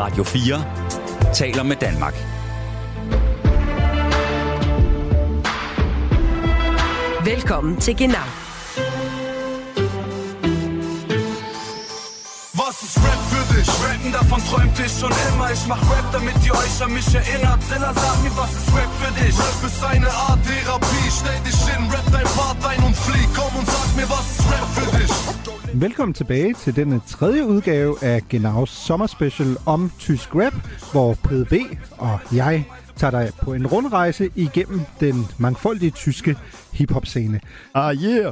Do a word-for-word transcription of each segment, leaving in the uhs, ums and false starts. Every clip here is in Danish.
Radio fire taler med Danmark. Velkommen til Genau. Was ist Rap für dich? Rappen, davon träumte ich schon immer. Ich mach Rap, damit ihr euch an mich erinnert. Zilla, sag mir, was ist Rap für dich? Rap ist eine Art Therapie. Stell dich hin, rap dein Part ein und flieh. Komm und sag mir, was ist Rap für dich? Velkommen tilbage til denne tredje udgave af Genaus sommerspecial om tysk rap, hvor P D B og jeg tager dig på en rundrejse igennem den mangfoldige tyske hiphop-scene. Ah, yeah!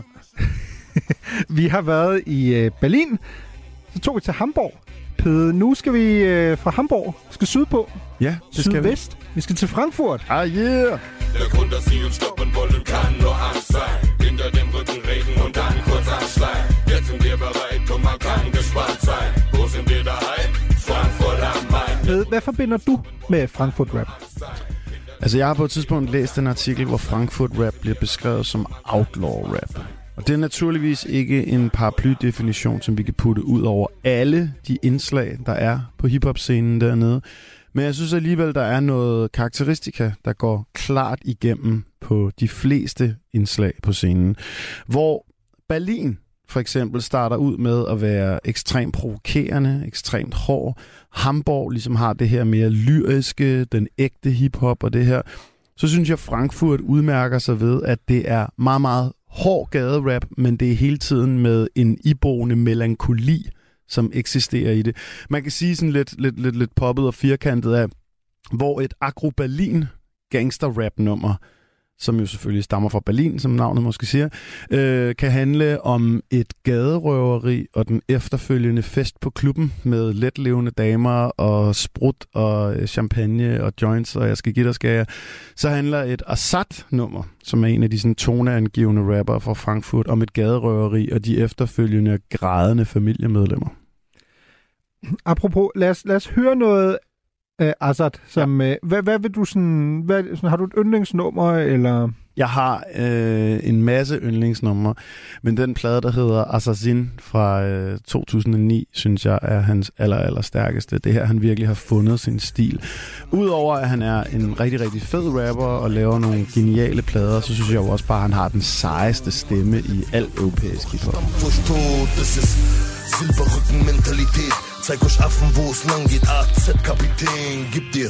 Vi har været i Berlin, så tog vi til Hamburg. Pede, nu skal vi øh, fra Hamburg, skal sydpå. Ja, det skal Sydvest. Vi. vi skal til Frankfurt. Ah, yeah! Der Grund, dass sie uns stoppen wollen, kann nur Angst sein. Hinter dem Rücken reden und dann kurz anschreien. Jetzt sind wir bereit und man kann gespannt sein. Wo sind wir daheim? Frankfurt am Main. Pede, hvad forbinder du med Frankfurt Rap? Altså, jeg har på et tidspunkt læst en artikel, hvor Frankfurt Rap bliver beskrevet som outlaw rap. Og det er naturligvis ikke en paraplydefinition, som vi kan putte ud over alle de indslag, der er på hiphop-scenen dernede. Men jeg synes alligevel, der er noget karakteristika, der går klart igennem på de fleste indslag på scenen. Hvor Berlin for eksempel starter ud med at være ekstremt provokerende, ekstremt hård. Hamburg ligesom har det her mere lyriske, den ægte hiphop og det her. Så synes jeg, Frankfurt udmærker sig ved, at det er meget, meget hård gaderap, men det er hele tiden med en iboende melankoli, som eksisterer i det. Man kan sige sådan lidt, lidt, lidt, lidt poppet og firkantet af, hvor et Agro Berlin gangster-rap-nummer, som jo selvfølgelig stammer fra Berlin, som navnet måske siger, øh, kan handle om et gaderøveri og den efterfølgende fest på klubben med letlevende damer og sprut og champagne og joints, og jeg skal give dig, skal jeg. Så handler et Assad-nummer, som er en af de sådan toneangivende rapper fra Frankfurt, om et gaderøveri og de efterfølgende grædende familiemedlemmer. Apropos, lad os, lad os høre noget Uh, Assad, som, ja. uh, hvad, hvad vil du sådan, hvad, sådan, har du et yndlingsnummer, eller? Jeg har øh, en masse yndlingsnumre, men den plade, der hedder Assassin fra øh, to tusind og ni, synes jeg er hans aller, aller stærkeste. Det her, han virkelig har fundet sin stil. Udover at han er en rigtig, rigtig fed rapper og laver nogle geniale plader, så synes jeg jo også bare, at han har den sejeste stemme i al europæisk hiphop. Silberrücken-Mentalität. Zeig euch Affen, wo es lang geht. A Z-Kapitän, gib dir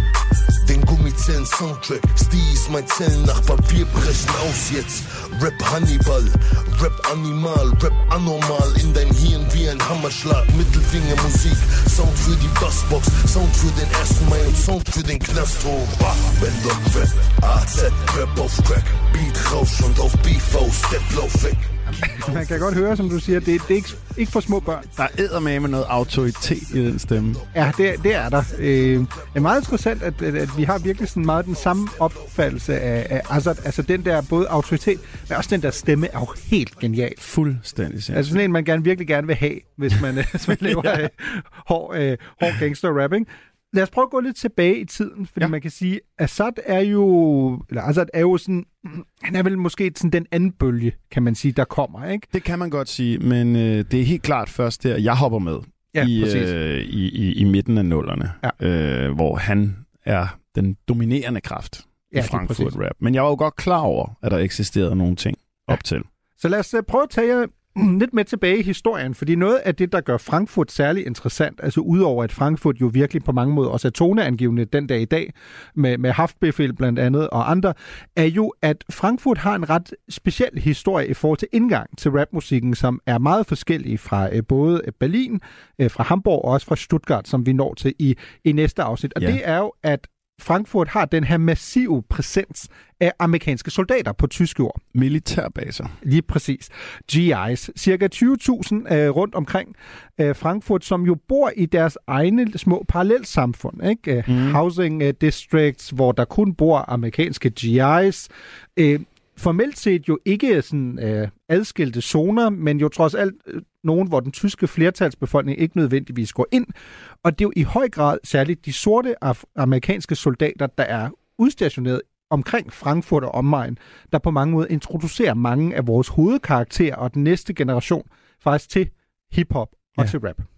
den Gummizellen-Soundtrack. Stie ist mein Zellennachbar, wir brechen aus jetzt. Rap Hannibal, Rap Animal, Rap anormal. In dein Hirn wie ein Hammerschlag. Mittelfingermusik, Sound für die Bassbox, Sound für den ersten Mai und Sound für den Knasthof. Wenn doch Rap, A Z, Rap auf Crack. Beat raus und auf Beef aus, Step lauf weg. Man kan godt høre, som du siger, det, det er ikke, ikke for små børn. Der er eddermame noget autoritet i den stemme. Ja, det, det er der. Øh, det er meget interessant, at, at, at vi har virkelig sådan meget den samme opfattelse af, af Assad. Altså den der både autoritet, men også den der stemme er jo helt genial. Fuldstændig sindssygt. Altså sådan en, man gerne, virkelig gerne vil have, hvis man, hvis man laver ja. øh, hård, øh, hård gangster-rapping. Lad os prøve at gå lidt tilbage i tiden, fordi ja. man kan sige, Assad er jo, eller Assad er jo sådan, han er vel måske sådan den anden bølge, kan man sige, der kommer, ikke? Det kan man godt sige, men øh, det er helt klart først der, jeg hopper med ja, i, øh, i, i, i midten af nullerne, ja. øh, hvor han er den dominerende kraft ja, i Frankfurt Rap. Men jeg var jo godt klar over, at der eksisterede nogle ting op ja. til. Så lad os uh, prøve at tage jer lidt med tilbage i historien, fordi noget af det, der gør Frankfurt særlig interessant, altså udover at Frankfurt jo virkelig på mange måder også er toneangivende den dag i dag, med, med Haftbefehl blandt andet og andre, er jo, at Frankfurt har en ret speciel historie i forhold til indgang til rapmusikken, som er meget forskellig fra øh, både Berlin, øh, fra Hamburg og også fra Stuttgart, som vi når til i, i næste afsnit. Og ja. det er jo, at Frankfurt har den her massive præsens af amerikanske soldater på tysk jord. Militærbaser. Lige præcis. G I's. Cirka tyve tusind øh, rundt omkring øh, Frankfurt, som jo bor i deres egne små parallelsamfund. Ikke? Mm. Housing øh, districts, hvor der kun bor amerikanske G I's. Øh, formelt set jo ikke sådan øh, adskilte zoner, men jo trods alt øh, nogen, hvor den tyske flertalsbefolkning ikke nødvendigvis går ind. Og det er jo i høj grad særligt de sorte af- amerikanske soldater, der er udstationeret omkring Frankfurt og omegn, der på mange måder introducerer mange af vores hovedkarakterer og den næste generation faktisk til hiphop og ja. til rap.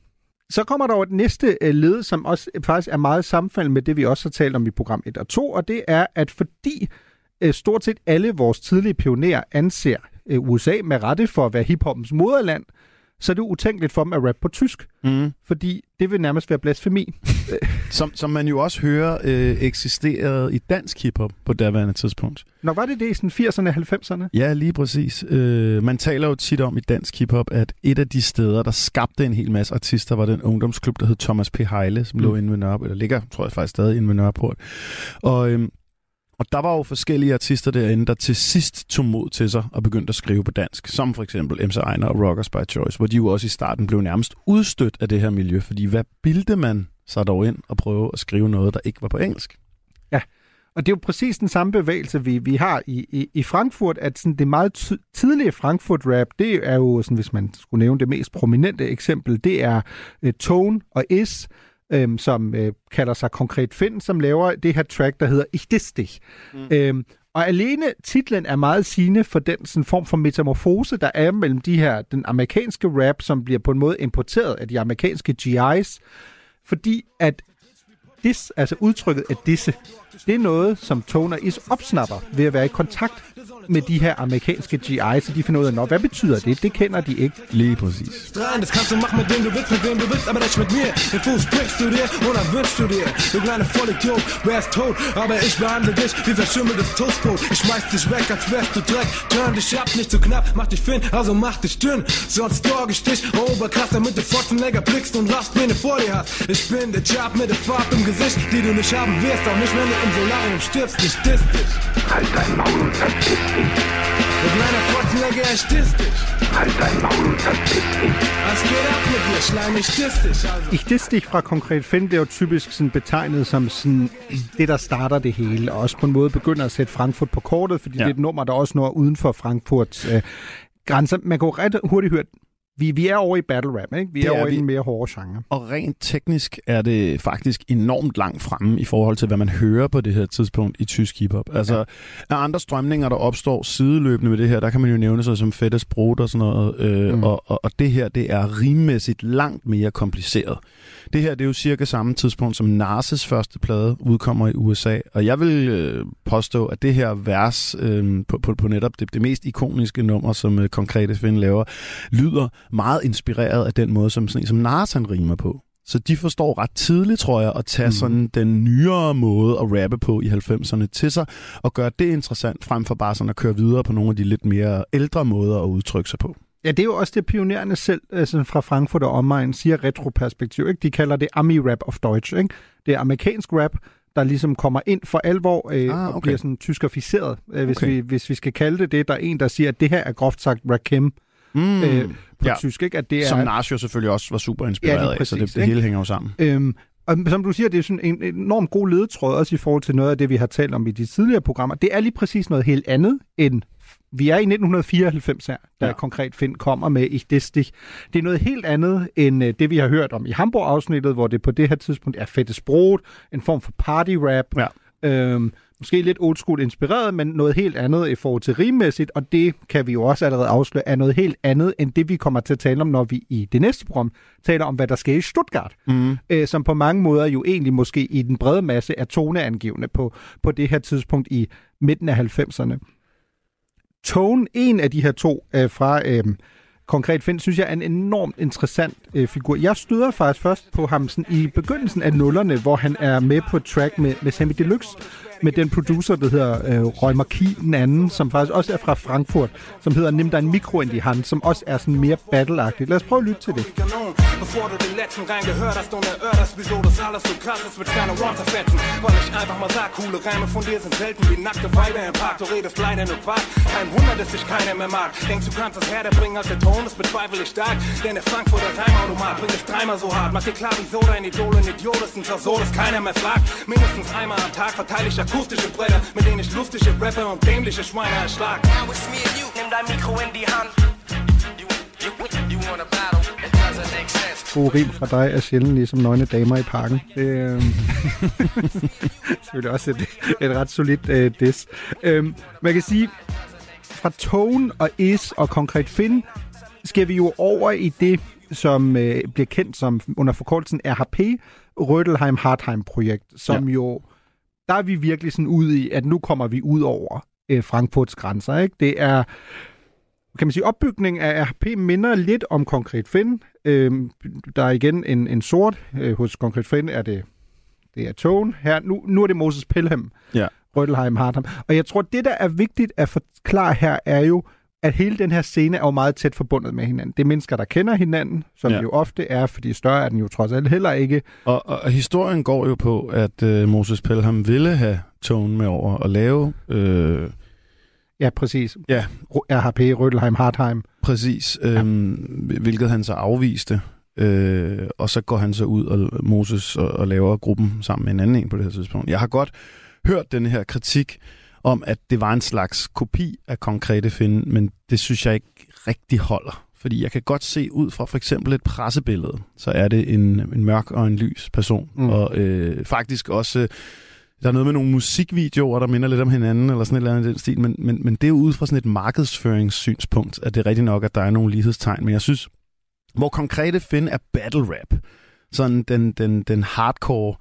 Så kommer der jo et næste øh, led, som også øh, faktisk er meget sammenfaldende med det, vi også har talt om i program et og to, og det er, at fordi øh, stort set alle vores tidlige pionerer anser øh, U S A med rette for at være hiphoppens moderland, så er det utænkeligt for dem at rappe på tysk, mm. fordi det vil nærmest være blasfemi. som, som man jo også hører øh, eksisterede i dansk hiphop på daværende tidspunkt. Nå, var det det i sådan firserne og halvfemserne? Ja, lige præcis. Øh, man taler jo tit om i dansk hiphop, at et af de steder, der skabte en hel masse artister, var den ungdomsklub, der hed Thomas P. Heile, som mm. lå inde ved Nørreport, eller ligger, tror jeg faktisk stadig inde ved Nørreport. Og... Øh, Og der var jo forskellige artister derinde, der til sidst tog mod til sig og begyndte at skrive på dansk. Som for eksempel M C Einar og Rockers by Choice, hvor de jo også i starten blev nærmest udstødt af det her miljø. Fordi hvad bildte man sig dog ind og prøve at skrive noget, der ikke var på engelsk? Ja, og det er jo præcis den samme bevægelse, vi, vi har i, i, i Frankfurt, at sådan det meget ty- tidlige Frankfurt-rap, det er jo, sådan, hvis man skulle nævne det mest prominente eksempel, det er uh, Tone og Is, Øhm, som øh, kalder sig Konkret Finn, som laver det her track, der hedder Ich diss dich. Mm. Øhm, og alene titlen er meget sigende for den sådan, form for metamorfose, der er mellem de her, den amerikanske rap, som bliver på en måde importeret af de amerikanske G Is, fordi at dis, altså udtrykket af disse, det er noget, som Tone og Is opsnapper ved at være i kontakt med de her amerikanske G Is, så de finder ud af, nå, hvad betyder det? Det kender de ikke. Lige præcis. Das kannst du machen mit dem du willst, mit wem du willst, aber nicht mit mir. Den Fuß brichst du dir oder wünschst du dir? Du kleine Vollidiot, wärst tot, aber ich behandle dich wie verschimmeltes Toastbrot. Ich schmeiß dich weg, als wärst du Dreck. Turn dich ab, nicht zu knapp, mach dich fin, also mach dich dünn. Sonst dorg ich dich, oberkrass, damit du Fotzenleger blickst und Rastpläne vor dir hast. Ich bin der Job mit der Farbe im Gesicht, die du nicht haben wirst, auch nicht, wenn du im Solarium stirbst. Ich diss dich. Halt dein Maul und verpiss dich. Du kleiner Fotzenleger, ich diss dich. Halt dein Maul und verpiss dich. Was geht ab mit dir, Schleim, ich diss dich. Also. Ich diss dich fra Konkret Finn, det er jo typisk sådan betegnet som sådan det, der starter det hele, og også på en måde begynder at sætte Frankfurt på kortet, fordi ja. det er et nummer, der også når uden for Frankfurts øh, grænser. Man kan jo ret hurtigt høre, Vi, vi er over i battle rap, ikke? Vi er, er over vi. i den mere hårde genre. Og rent teknisk er det faktisk enormt langt fremme i forhold til, hvad man hører på det her tidspunkt i tysk hiphop. Altså, ja. af andre strømninger, der opstår sideløbende med det her, der kan man jo nævne sig som Fettes Brot og sådan noget. Øh, mm. og, og, og det her, det er rimmæssigt langt mere kompliceret. Det her, det er jo cirka samme tidspunkt, som Nas' første plade udkommer i U S A. Og jeg vil øh, påstå, at det her vers øh, på, på, på netop det, det mest ikoniske nummer, som øh, Konkrete Finn laver, lyder meget inspireret af den måde, som, sådan, som Nas han rimer på. Så de forstår ret tidligt, tror jeg, at tage mm. sådan den nyere måde at rappe på i halvfemserne til sig, og gøre det interessant, frem for bare sådan at køre videre på nogle af de lidt mere ældre måder at udtrykke sig på. Ja, det er jo også det, pionererne selv altså fra Frankfurt og omegn siger retroperspektiv. Ikke? De kalder det Ami-Rap of Deutsch. Ikke? Det er amerikansk rap, der ligesom kommer ind for alvor øh, ah, okay. og bliver sådan tyskificeret, øh, hvis, okay. vi, hvis vi skal kalde det det. Der er en, der siger, at det her er groft sagt Rakim. Mm. Øh, på ja. tysk, ikke? At det er, som Nas jo selvfølgelig også var super inspireret ja, præcis, af, så det, det hele hænger jo sammen. Øhm, og som du siger, det er sådan en enormt god ledetråd, også i forhold til noget af det, vi har talt om i de tidligere programmer. Det er lige præcis noget helt andet end... Vi er i nitten fireoghalvfems her, da ja. Konkret Finn kommer med Ich diss dich. Det er noget helt andet end det, vi har hørt om i Hamburg-afsnittet, hvor det på det her tidspunkt er Fettes Brot, en form for party-rap. Ja. Øhm, måske lidt old school inspireret, men noget helt andet i forhold til rimmæssigt, og det kan vi jo også allerede afsløre, er noget helt andet end det, vi kommer til at tale om, når vi i det næste program taler om, hvad der sker i Stuttgart, mm. øh, som på mange måder jo egentlig måske i den brede masse er toneangivende på, på det her tidspunkt i midten af halvfemserne. Tone, en af de her to øh, fra øh, Konkret Finn, synes jeg er en enormt interessant øh, figur. Jeg støder faktisk først på ham sådan, i begyndelsen af nullerne, hvor han er med på et track med, med Sammy Deluxe, med den producer, der hedder øh, Roy Marquis, den anden, som faktisk også er fra Frankfurt, som hedder Nimm dein Mikro in die Hand, som også er sådan mere battle-agtigt. Lad os prøve at lytte til det. Bevor du den letzten Reim gehört hast und erhört hast, wieso das alles so krass ist, mit keine Worte fetzen. Weil ich einfach mal sag, coole Reime von dir sind selten wie nackte Weiber im Park. Du redest leider nur Quark, kein Wunder, dass dich keiner mehr mag. Denkst du kannst das härter bringen als der Ton, das bezweifle ich stark. Denn der Frankfurter Reimautomat bringt es dreimal so hart. Mach dir klar, wieso dein Idol ein Idiot ist und so, dass keiner mehr fragt. Mindestens einmal am Tag verteile ich akustische Bretter, mit denen ich lustige Rapper und dämliche Schweine erschlag. Now it's me and you, nimm dein Mikro in die Hand. You, you, you wanna battle, it doesn't make sense. Gode rim fra dig er sjældent ligesom nøgne damer i parken. Det er selvfølgelig også et, et ret solidt uh, diss. Um, man kan sige, fra Tone og Is og Konkret Finn skal vi jo over i det, som øh, bliver kendt som under forkortelsen R H P, Rödelheim Hartheim-projekt, som ja. jo, der er vi virkelig sådan ude i, at nu kommer vi ud over øh, Frankfurts grænser, ikke? Det er, kan man sige, opbygningen af R H P minder lidt om Concrete Finn. Øh, der er igen en, en sort. Øh, hos Concrete Finn er det, det er Tone. Her, nu, nu er det Moses Pelham, ja. Rödelheim Hartheim. Og jeg tror, det der er vigtigt at forklare her, er jo, at hele den her scene er jo meget tæt forbundet med hinanden. Det er mennesker, der kender hinanden, som ja. jo ofte er, fordi større er den jo trods alt heller ikke. Og, og, og historien går jo på, at øh, Moses Pelham ville have Tone med over og lave... Øh... Ja, præcis. Ja. R H P, Rödelheim Hartheim. Præcis, øh, ja. hvilket han så afviste. Øh, og så går han så ud, og Moses og, og laver gruppen sammen med en anden en på det her tidspunkt. Jeg har godt hørt den her kritik om, at det var en slags kopi af Concrete Finn, men det synes jeg ikke rigtig holder. Fordi jeg kan godt se ud fra for eksempel et pressebillede, så er det en, en mørk og en lys person. Mm. Og øh, faktisk også, øh, der er noget med nogle musikvideoer, der minder lidt om hinanden, eller sådan et eller andet i den stil, men, men, men det er jo ud fra sådan et markedsføringssynspunkt, at det er rigtigt nok, at der er nogle lighedstegn. Men jeg synes, hvor Concrete Finn er battle rap, sådan den, den, den hardcore,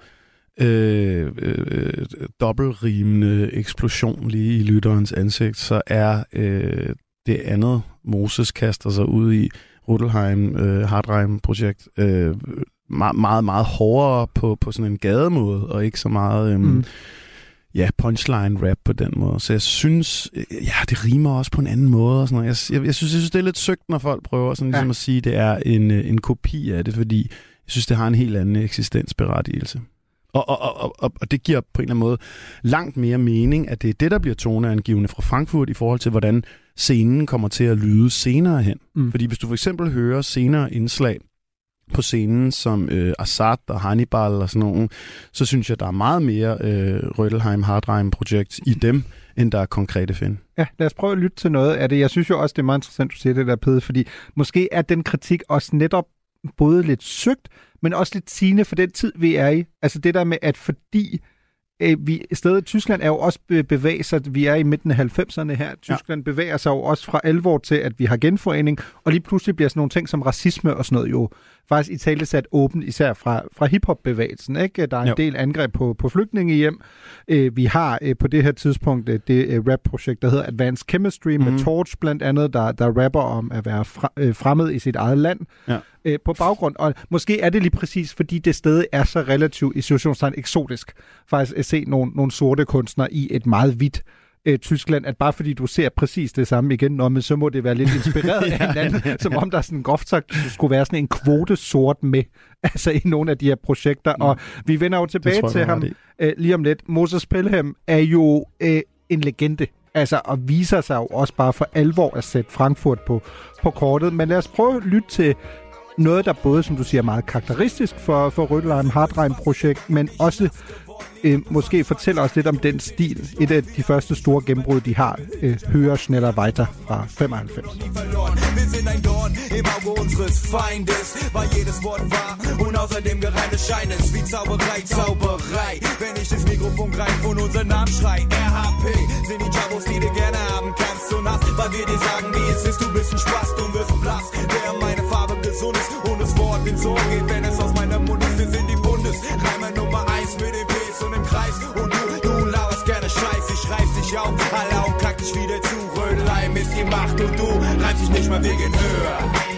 Øh, øh, dobbeltrimende eksplosion lige i lytterens ansigt, så er øh, det andet, Moses kaster sig ud i, Rödelheim øh, Hartheim-projekt, øh, meget, meget, meget hårdere på, på sådan en gademåde, og ikke så meget øh, mm. ja, punchline-rap på den måde. Så jeg synes, øh, ja, det rimer også på en anden måde. Og sådan noget. Jeg, jeg, jeg, synes, jeg synes, det er lidt søgt, når folk prøver sådan, ligesom ja. at sige, at det er en, en kopi af det, fordi jeg synes, det har en helt anden eksistensberettigelse. Og, og, og, og, og det giver på en eller anden måde langt mere mening, at det er det, der bliver toneangivende fra Frankfurt i forhold til, hvordan scenen kommer til at lyde senere hen. Mm. Fordi hvis du for eksempel hører senere indslag på scenen som øh, Assad og Hannibal og sådan nogen, så synes jeg, der er meget mere øh, Rödelheim Hartheim-projekt i dem, end der er Concrete Finn. Ja, lad os prøve at lytte til noget af det. Jeg synes jo også, det er meget interessant, du siger det der, Pede, fordi måske er den kritik også netop både lidt søgt, men også lidt sigende for den tid, vi er i. Altså det der med, at fordi øh, vi stedet i Tyskland er jo også bevæget sig, vi er i midten af halvfemserne her. Tyskland ja. bevæger sig jo også fra alvor til, at vi har genforening, og lige pludselig bliver sådan nogle ting som racisme og sådan noget jo faktisk i tale sat åbent, især fra, fra hiphop-bevægelsen. Ikke? Der er en jo. del angreb på, på flygtninge hjem. Øh, vi har øh, på det her tidspunkt øh, det øh, rap-projekt, der hedder Advanced Chemistry, mm. med Torch blandt andet, der, der rapper om at være fra, øh, fremmed i sit eget land. Ja. Øh, på baggrund, og måske er det lige præcis, fordi det sted er så relativt i situationstegn eksotisk, faktisk at se nogle, nogle sorte kunstnere i et meget hvidt øh, Tyskland, at bare fordi du ser præcis det samme igen, nå, men så må det være lidt inspireret ja, af hinanden, ja, ja. som om der er sådan groft sagt, skulle være sådan en kvote sort med, altså i nogle af de her projekter, mm. og vi vender jo tilbage jeg, til ham øh, lige om lidt. Moses Pelham er jo øh, en legende, altså, og viser sig jo også bare for alvor at sætte Frankfurt på, på kortet, men lad os prøve at lytte til noget, der både, som du siger, er meget karakteristisk for, for Rödelheim Hartheim-projekt, men også øh, måske fortæller os lidt om den stil. Et af de første store gennembrud, de har, øh, Höher, schneller, weiter fra femoghalvfems. Wir sind ein Dorn im Auge unseres Feindes, weil jedes Wort wahr und außerdem gereimte Schein ist wie Zauberei, Zauberei. Wenn ich das Mikrofon greife und unseren Namen schrei, R H P, sind die Jabos, die du gerne haben kannst, so nass, weil wir dir sagen, wie es ist, du bist ein Spaß, du wirst blass, der meine Farbe gesund ist und das Wort ins Ohr geht, wenn es aus meinem Mund ist, wir sind die Bundes, Reimer Nummer eins mit E Ps und im Kreis und du, du laberst gerne Scheiß, ich reif dich auf, alle und kack dich wieder zu, Rödelheim ist die Macht und du reibst dich nicht mal wegen höher,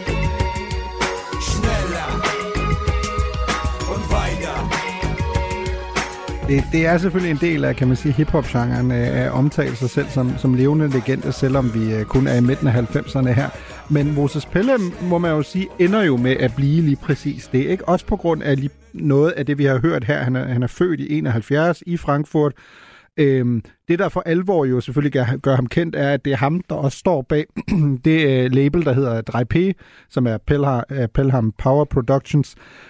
schneller und weiter. Det, det er selvfølgelig en del af, kan man sige, hiphop-genren at omtale sig selv som, som levende legende, selvom vi kun er i midten af halvfemserne her. Men Moses Pelham, må man jo sige, ender jo med at blive lige præcis det, ikke? Også på grund af lige noget af det, vi har hørt her. Han er, han er født i enoghalvfjerds i Frankfurt. Øhm, det, der for alvor jo selvfølgelig gør, gør ham kendt, er, at det er ham, der også står bag det uh, label, der hedder drei P, som er Pelham, uh, Pelham Power Productions.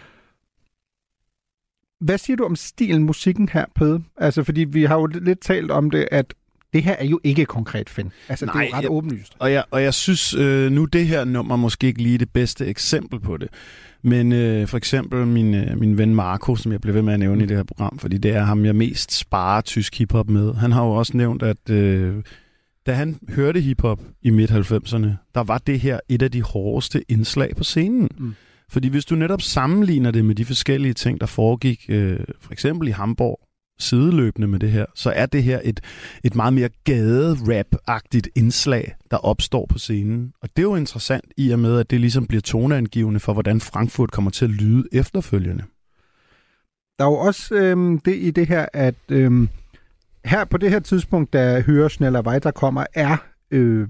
Hvad siger du om stilen, musikken her, Pede? Altså, fordi vi har jo lidt talt om det, at det her er jo ikke konkret Finn. Altså, nej, det er jo ret jeg, åbenlyst. Og jeg, og jeg synes øh, nu, det her nummer måske ikke lige det bedste eksempel på det. Men øh, for eksempel min, øh, min ven Marco, som jeg blev ved med at nævne mm. i det her program, fordi det er ham, jeg mest sparer tysk hiphop med. Han har jo også nævnt, at øh, da han hørte hiphop i midt halvfemserne, der var det her et af de hårdeste indslag på scenen. Mm. Fordi hvis du netop sammenligner det med de forskellige ting, der foregik, øh, for eksempel i Hamburg, sideløbende med det her, så er det her et, et meget mere gade-rap-agtigt indslag, der opstår på scenen. Og det er jo interessant i og med, at det ligesom bliver toneangivende for, hvordan Frankfurt kommer til at lyde efterfølgende. Der er jo også øhm, det i det her, at øhm, her på det her tidspunkt, da Höher, Schneller, Weiter kommer, er øh,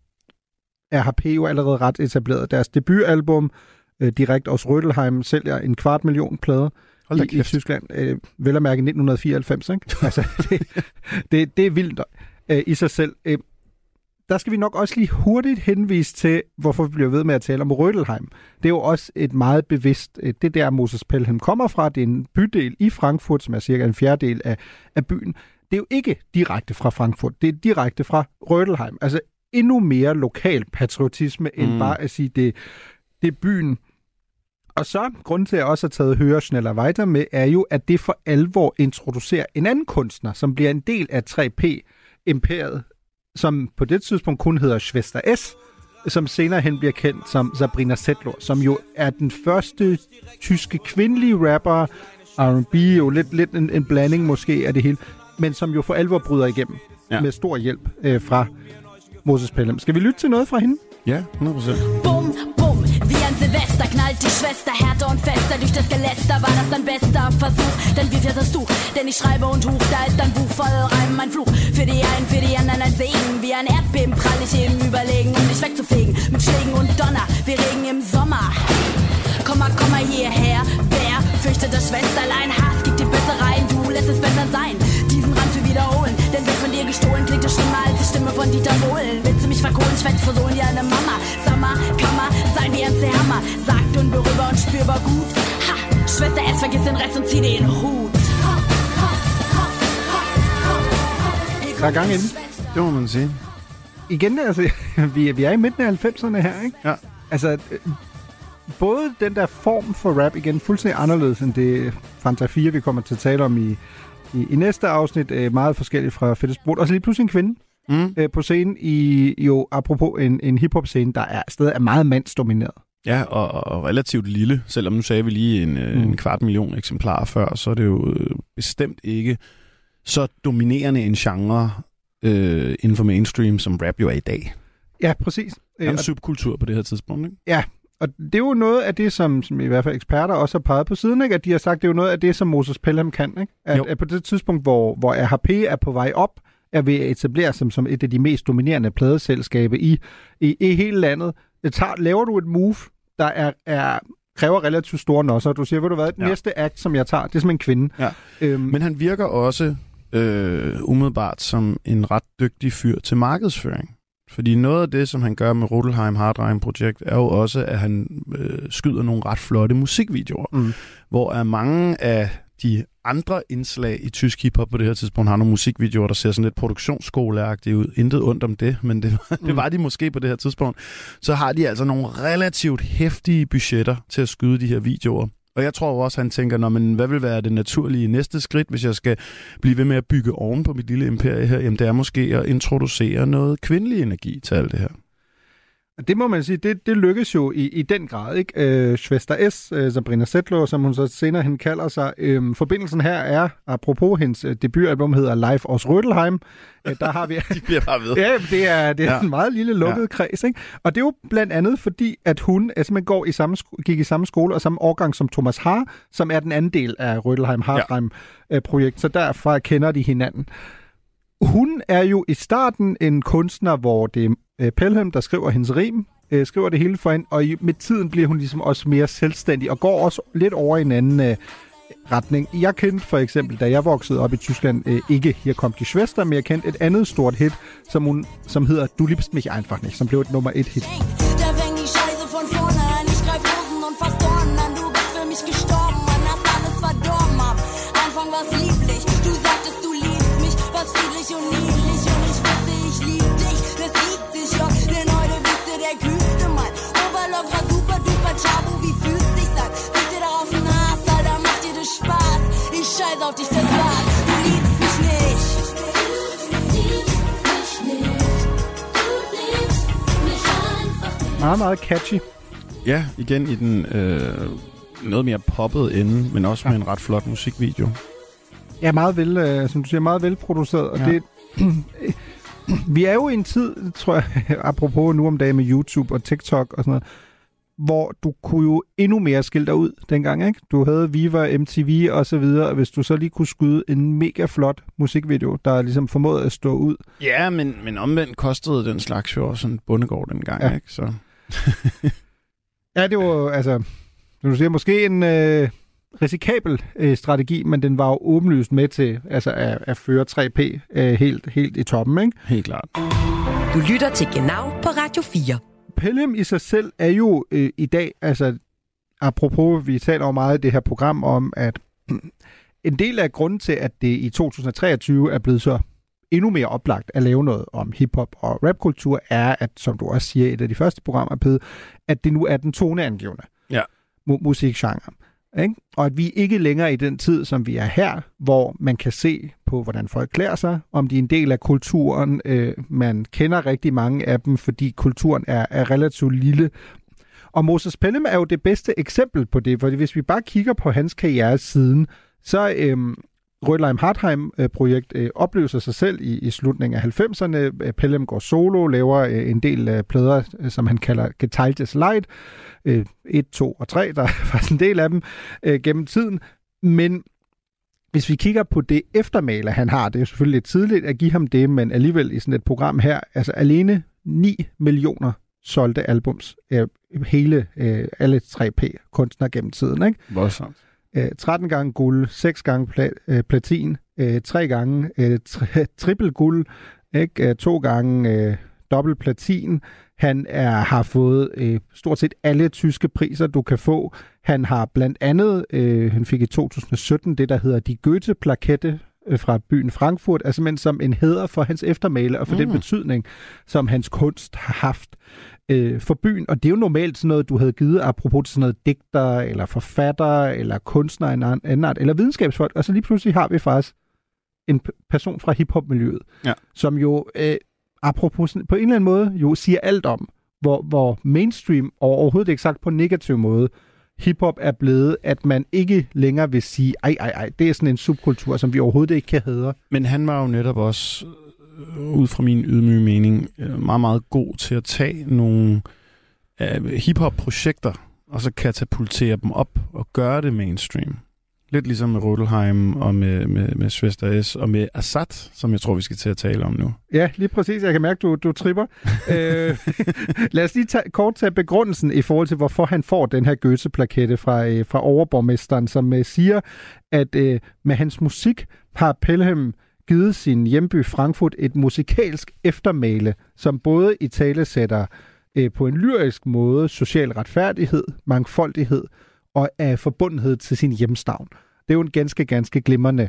er H P jo allerede ret etableret. Deres debutalbum, øh, Direkt aus Rödelheim, sælger en kvart million plader i, i Tyskland. Øh, vel at mærke nitten fireoghalvfems, ikke? Altså, det, det, det er vildt øh, i sig selv. Øh, der skal vi nok også lige hurtigt henvise til, hvorfor vi bliver ved med at tale om Rödelheim. Det er jo også et meget bevidst, øh, det der Moses Pelham kommer fra, det er en bydel i Frankfurt, som er cirka en fjerdedel af, af byen. Det er jo ikke direkte fra Frankfurt, det er direkte fra Rödelheim. Altså endnu mere lokal patriotisme, end mm. bare at sige, det, det er byen. Og så, grunden til, at jeg også har taget Höher, Schneller, Weiter med, er jo, at det for alvor introducerer en anden kunstner, som bliver en del af tre P-imperiet, som på det tidspunkt kun hedder Schwester S, som senere hen bliver kendt som Sabrina Settler, som jo er den første tyske kvindelige rapper, R and B, jo lidt, lidt en, en blanding måske af det hele, men som jo for alvor bryder igennem ja. med stor hjælp øh, fra Moses Pelham. Skal vi lytte til noget fra hende? Ja, hundrede procent. Bum, bum, wie ein Silvester knallt die Schwester härter und fester. Durch das Geläster war das dein bester Versuch. Denn wie fährst du? Denn ich schreibe und huch, da ist dein Buch voll Reim, mein Fluch. Für die einen, für die anderen ein Segen. Wie ein Erdbeben prall ich eben überlegen, um dich wegzufegen. Mit Schlägen und Donner, wir regen im Sommer. Komm mal, komm mal hierher. Wer fürchtet das Schwesterlein? Hass gibt die Böse rein, du lässt es besser sein. Diesen Rand zu wiederholen, denn wird von dir gestohlen, klingt das schlimmer als die Stimme von Dieter Bohlen. Willst du mich verkohlen? Ich werd versohlen, ja eine Mama. Sommer, Kammer, sein wie ein Hammer. Sagt unberührbar und spürbar gut. Ha, Schwester S, vergiss den Rest und zieh den Hut. Der er gang inden. Det må man sige. Igen, altså, vi, vi er i midten af halvfemserne her, ikke? Ja. Altså, både den der form for rap, igen, fuldstændig anderledes end det Fanta fire, vi kommer til at tale om i, i, i næste afsnit, øh, meget forskelligt fra Fælles Brud. Og så lige pludselig en kvinde mm. øh, på scenen, i jo apropos en, en hiphop-scene, der er stadig er meget mandsdomineret. Ja, og, og relativt lille. Selvom nu sagde vi lige en, mm. en kvart million eksemplarer før, så er det jo øh, bestemt ikke så dominerende en genre øh, inden for mainstream, som rap jo er i dag. Ja, præcis. Det er en subkultur på det her tidspunkt, ikke? Ja, og det er jo noget af det, som, som i hvert fald eksperter også har peget på siden, ikke? At de har sagt, det er jo noget af det, som Moses Pelham kan. Ikke? At, at på det tidspunkt, hvor, hvor R H P er på vej op, er ved at etablere sig som et af de mest dominerende pladeselskaber i, i, i hele landet. Det tager, laver du et move, der er, er kræver relativt store nosser. Du siger, ved du hvad, ja. næste act, som jeg tager, det er som en kvinde. Ja. Øhm, Men han virker også øh, umiddelbart som en ret dygtig fyr til markedsføring. Fordi noget af det, som han gør med Rödelheim Hardrime-projekt, er jo også, at han øh, skyder nogle ret flotte musikvideoer, mm. hvor er mange af de andre indslag i tysk hiphop på det her tidspunkt har nogle musikvideoer, der ser sådan lidt produktionsskoleagtige ud. Intet ondt om det, men det, mm. det var de måske på det her tidspunkt. Så har de altså nogle relativt heftige budgetter til at skyde de her videoer. Og jeg tror også, han tænker, nå, men hvad vil være det naturlige næste skridt, hvis jeg skal blive ved med at bygge oven på mit lille imperie her? Jamen, det er måske at introducere noget kvindelig energi til alt det her. Det må man sige, det, det lykkes jo i, i den grad, ikke? Øh, Schwester S, øh, Sabrina Settler, som hun så senere hen kalder sig. Øh, forbindelsen her er, apropos hendes øh, debutalbum hedder Live aus Rödelheim. Øh, der har vi... De bliver bare ved. Ja, det er, det er ja. en meget lille lukket ja. kreds, ikke? Og det er jo blandt andet fordi, at hun altså, man går i samme, gik i samme skole og samme årgang som Thomas Haar, som er den anden del af Rödelheim Hardrime-projekt, ja. så derfra kender de hinanden. Hun er jo i starten en kunstner, hvor det er Pelham, der skriver hendes rim, øh, skriver det hele for hende, og i, med tiden bliver hun ligesom også mere selvstændig, og går også lidt over i en anden øh, retning. Jeg kendte for eksempel, da jeg voksede op i Tyskland, øh, ikke Hier kommt die Schwester, men jeg kendte et andet stort hit, som, hun, som hedder Du liebst mich einfach nicht, som blev et nummer et hit. Auf dich, das war's. Du liebst mich nicht. Meget, meget catchy. Ja, igen i den øh, noget mere poppet ende, men også ja. med en ret flot musikvideo. Ja, meget vel, øh, som du siger, meget velproduceret. Og ja. det, vi er jo i en tid, tror jeg, apropos nu om dagen med YouTube og TikTok og sådan noget, hvor du kunne jo endnu mere skille dig ud dengang, ikke? Du havde Viva, M T V og så videre, og hvis du så lige kunne skyde en mega flot musikvideo, der ligesom formåede at stå ud. Ja, men, men omvendt kostede den slags jo også sådan en bondegård dengang, ja. Ikke? Så... ja, det var altså, du siger, måske en øh, risikabel øh, strategi, men den var jo åbenlyst med til altså, at, at føre tre P øh, helt, helt i toppen, ikke? Helt klart. Du lytter til Genau på Radio fire. Pelham i sig selv er jo øh, i dag, altså apropos, vi taler jo meget i det her program om, at en del af grunden til, at det i to tusind treogtyve er blevet så endnu mere oplagt at lave noget om hiphop og rapkultur, er, at, som du også siger i et af de første programmer, Pede, at det nu er den toneangivende ja. mu- musikgenre. Ikke? Og at vi ikke længere i den tid, som vi er her, hvor man kan se på, hvordan folk klæder sig, om de er en del af kulturen. Øh, man kender rigtig mange af dem, fordi kulturen er, er relativt lille. Og Moses Pelham er jo det bedste eksempel på det, for hvis vi bare kigger på hans karriere siden, så øh, Rødlime Hardheim-projekt øh, opløser sig selv i, i slutningen af halvfemserne. Pelham går solo, laver øh, en del øh, plader, øh, som han kalder Geteiltes Leid. Øh, et, to og tre, der er faktisk en del af dem øh, gennem tiden. Men hvis vi kigger på det eftermæle, han har, det er jo selvfølgelig lidt tidligt at give ham det, men alligevel i sådan et program her, altså alene ni millioner solgte albums, øh, hele, øh, alle tre P-kunstnere gennem tiden, ikke? Voldsomt. Øh, tretten gange guld, seks gange pla- øh, platin, øh, tre gange øh, tri- triple guld, ikke? Øh, to gange øh, dobbelt platin. Han er, har fået øh, stort set alle tyske priser, du kan få. Han har blandt andet, øh, han fik i to tusind sytten det, der hedder de Goethe-plakette øh, fra byen Frankfurt, altså men som en hæder for hans eftermæle og for mm. den betydning, som hans kunst har haft øh, for byen. Og det er jo normalt sådan noget, du havde givet apropos sådan noget digter, eller forfatter, eller kunstner af en anden art, eller videnskabsfolk. Og så lige pludselig har vi faktisk en person fra hiphop-miljøet, ja. som jo... Øh, apropos på en eller anden måde jo siger alt om, hvor, hvor mainstream, og overhovedet ikke sagt på en negativ måde, hiphop er blevet, at man ikke længere vil sige, ej, ej, ej, det er sådan en subkultur, som vi overhovedet ikke kan hædre. Men han var jo netop også, ud fra min ydmyge mening, meget, meget god til at tage nogle uh, hiphop-projekter, og så katapultere dem op og gøre det mainstream. Lidt ligesom med Rodelheim og med, med, med Svester S. og med Assad, som jeg tror, vi skal til at tale om nu. Ja, lige præcis. Jeg kan mærke, du, du tripper. øh, lad os lige tage, kort tage begrundelsen i forhold til, hvorfor han får den her Goethe-plakette fra, øh, fra overborgmesteren, som øh, siger, at øh, med hans musik har Pelham givet sin hjemby Frankfurt et musikalsk eftermæle, som både i tale sætter øh, på en lyrisk måde social retfærdighed, mangfoldighed og af forbundenhed til sin hjemstavn. Det er jo en ganske, ganske glimrende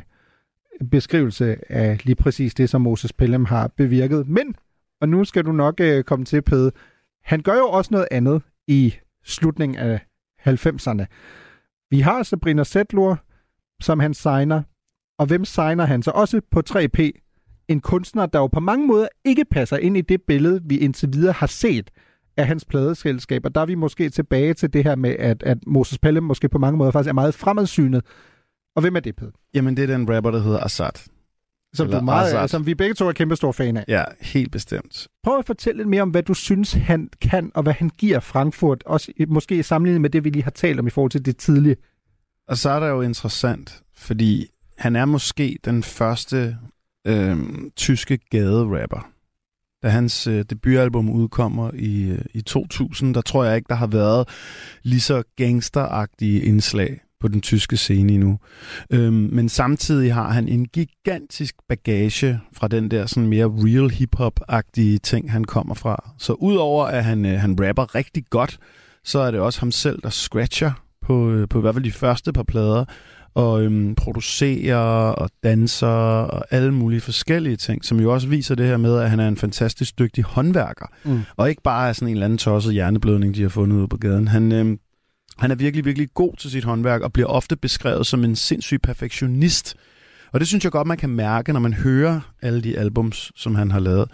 beskrivelse af lige præcis det, som Moses Pelham har bevirket. Men, og nu skal du nok øh, komme til, Pede, han gør jo også noget andet i slutningen af halvfemserne. Vi har Sabrina Setlur, som han signer, og hvem signer han så? Også på tre P. En kunstner, der jo på mange måder ikke passer ind i det billede, vi indtil videre har set af hans pladeselskaber. Der er vi måske tilbage til det her med, at, at Moses Pelham måske på mange måder faktisk er meget fremadsynet. Og hvem er det, Pede? Jamen, det er den rapper, der hedder Assad. Som, du meget, som vi begge to er kæmpe store fan af. Ja, helt bestemt. Prøv at fortælle lidt mere om, hvad du synes, han kan, og hvad han giver Frankfurt, også måske sammenlignet med det, vi lige har talt om i forhold til det tidlige. Assad er jo interessant, fordi han er måske den første øh, tyske gaderapper. Da hans øh, debutalbum udkommer i, øh, i to tusind, der tror jeg ikke, der har været lige så gangsteragtige indslag på den tyske scene endnu. Øhm, men samtidig har han en gigantisk bagage fra den der sådan mere real hip-hop-agtige ting, han kommer fra. Så udover at han, øh, han rapper rigtig godt, så er det også ham selv, der scratcher på, øh, på i hvert fald de første par plader, og øhm, producerer og danser og alle mulige forskellige ting, som jo også viser det her med, at han er en fantastisk dygtig håndværker. Mm. Og ikke bare er sådan en eller anden tosset hjerneblødning, de har fundet ude på gaden. Han, øhm, han er virkelig, virkelig god til sit håndværk og bliver ofte beskrevet som en sindssyg perfektionist. Og det synes jeg godt, man kan mærke, når man hører alle de albums, som han har lavet.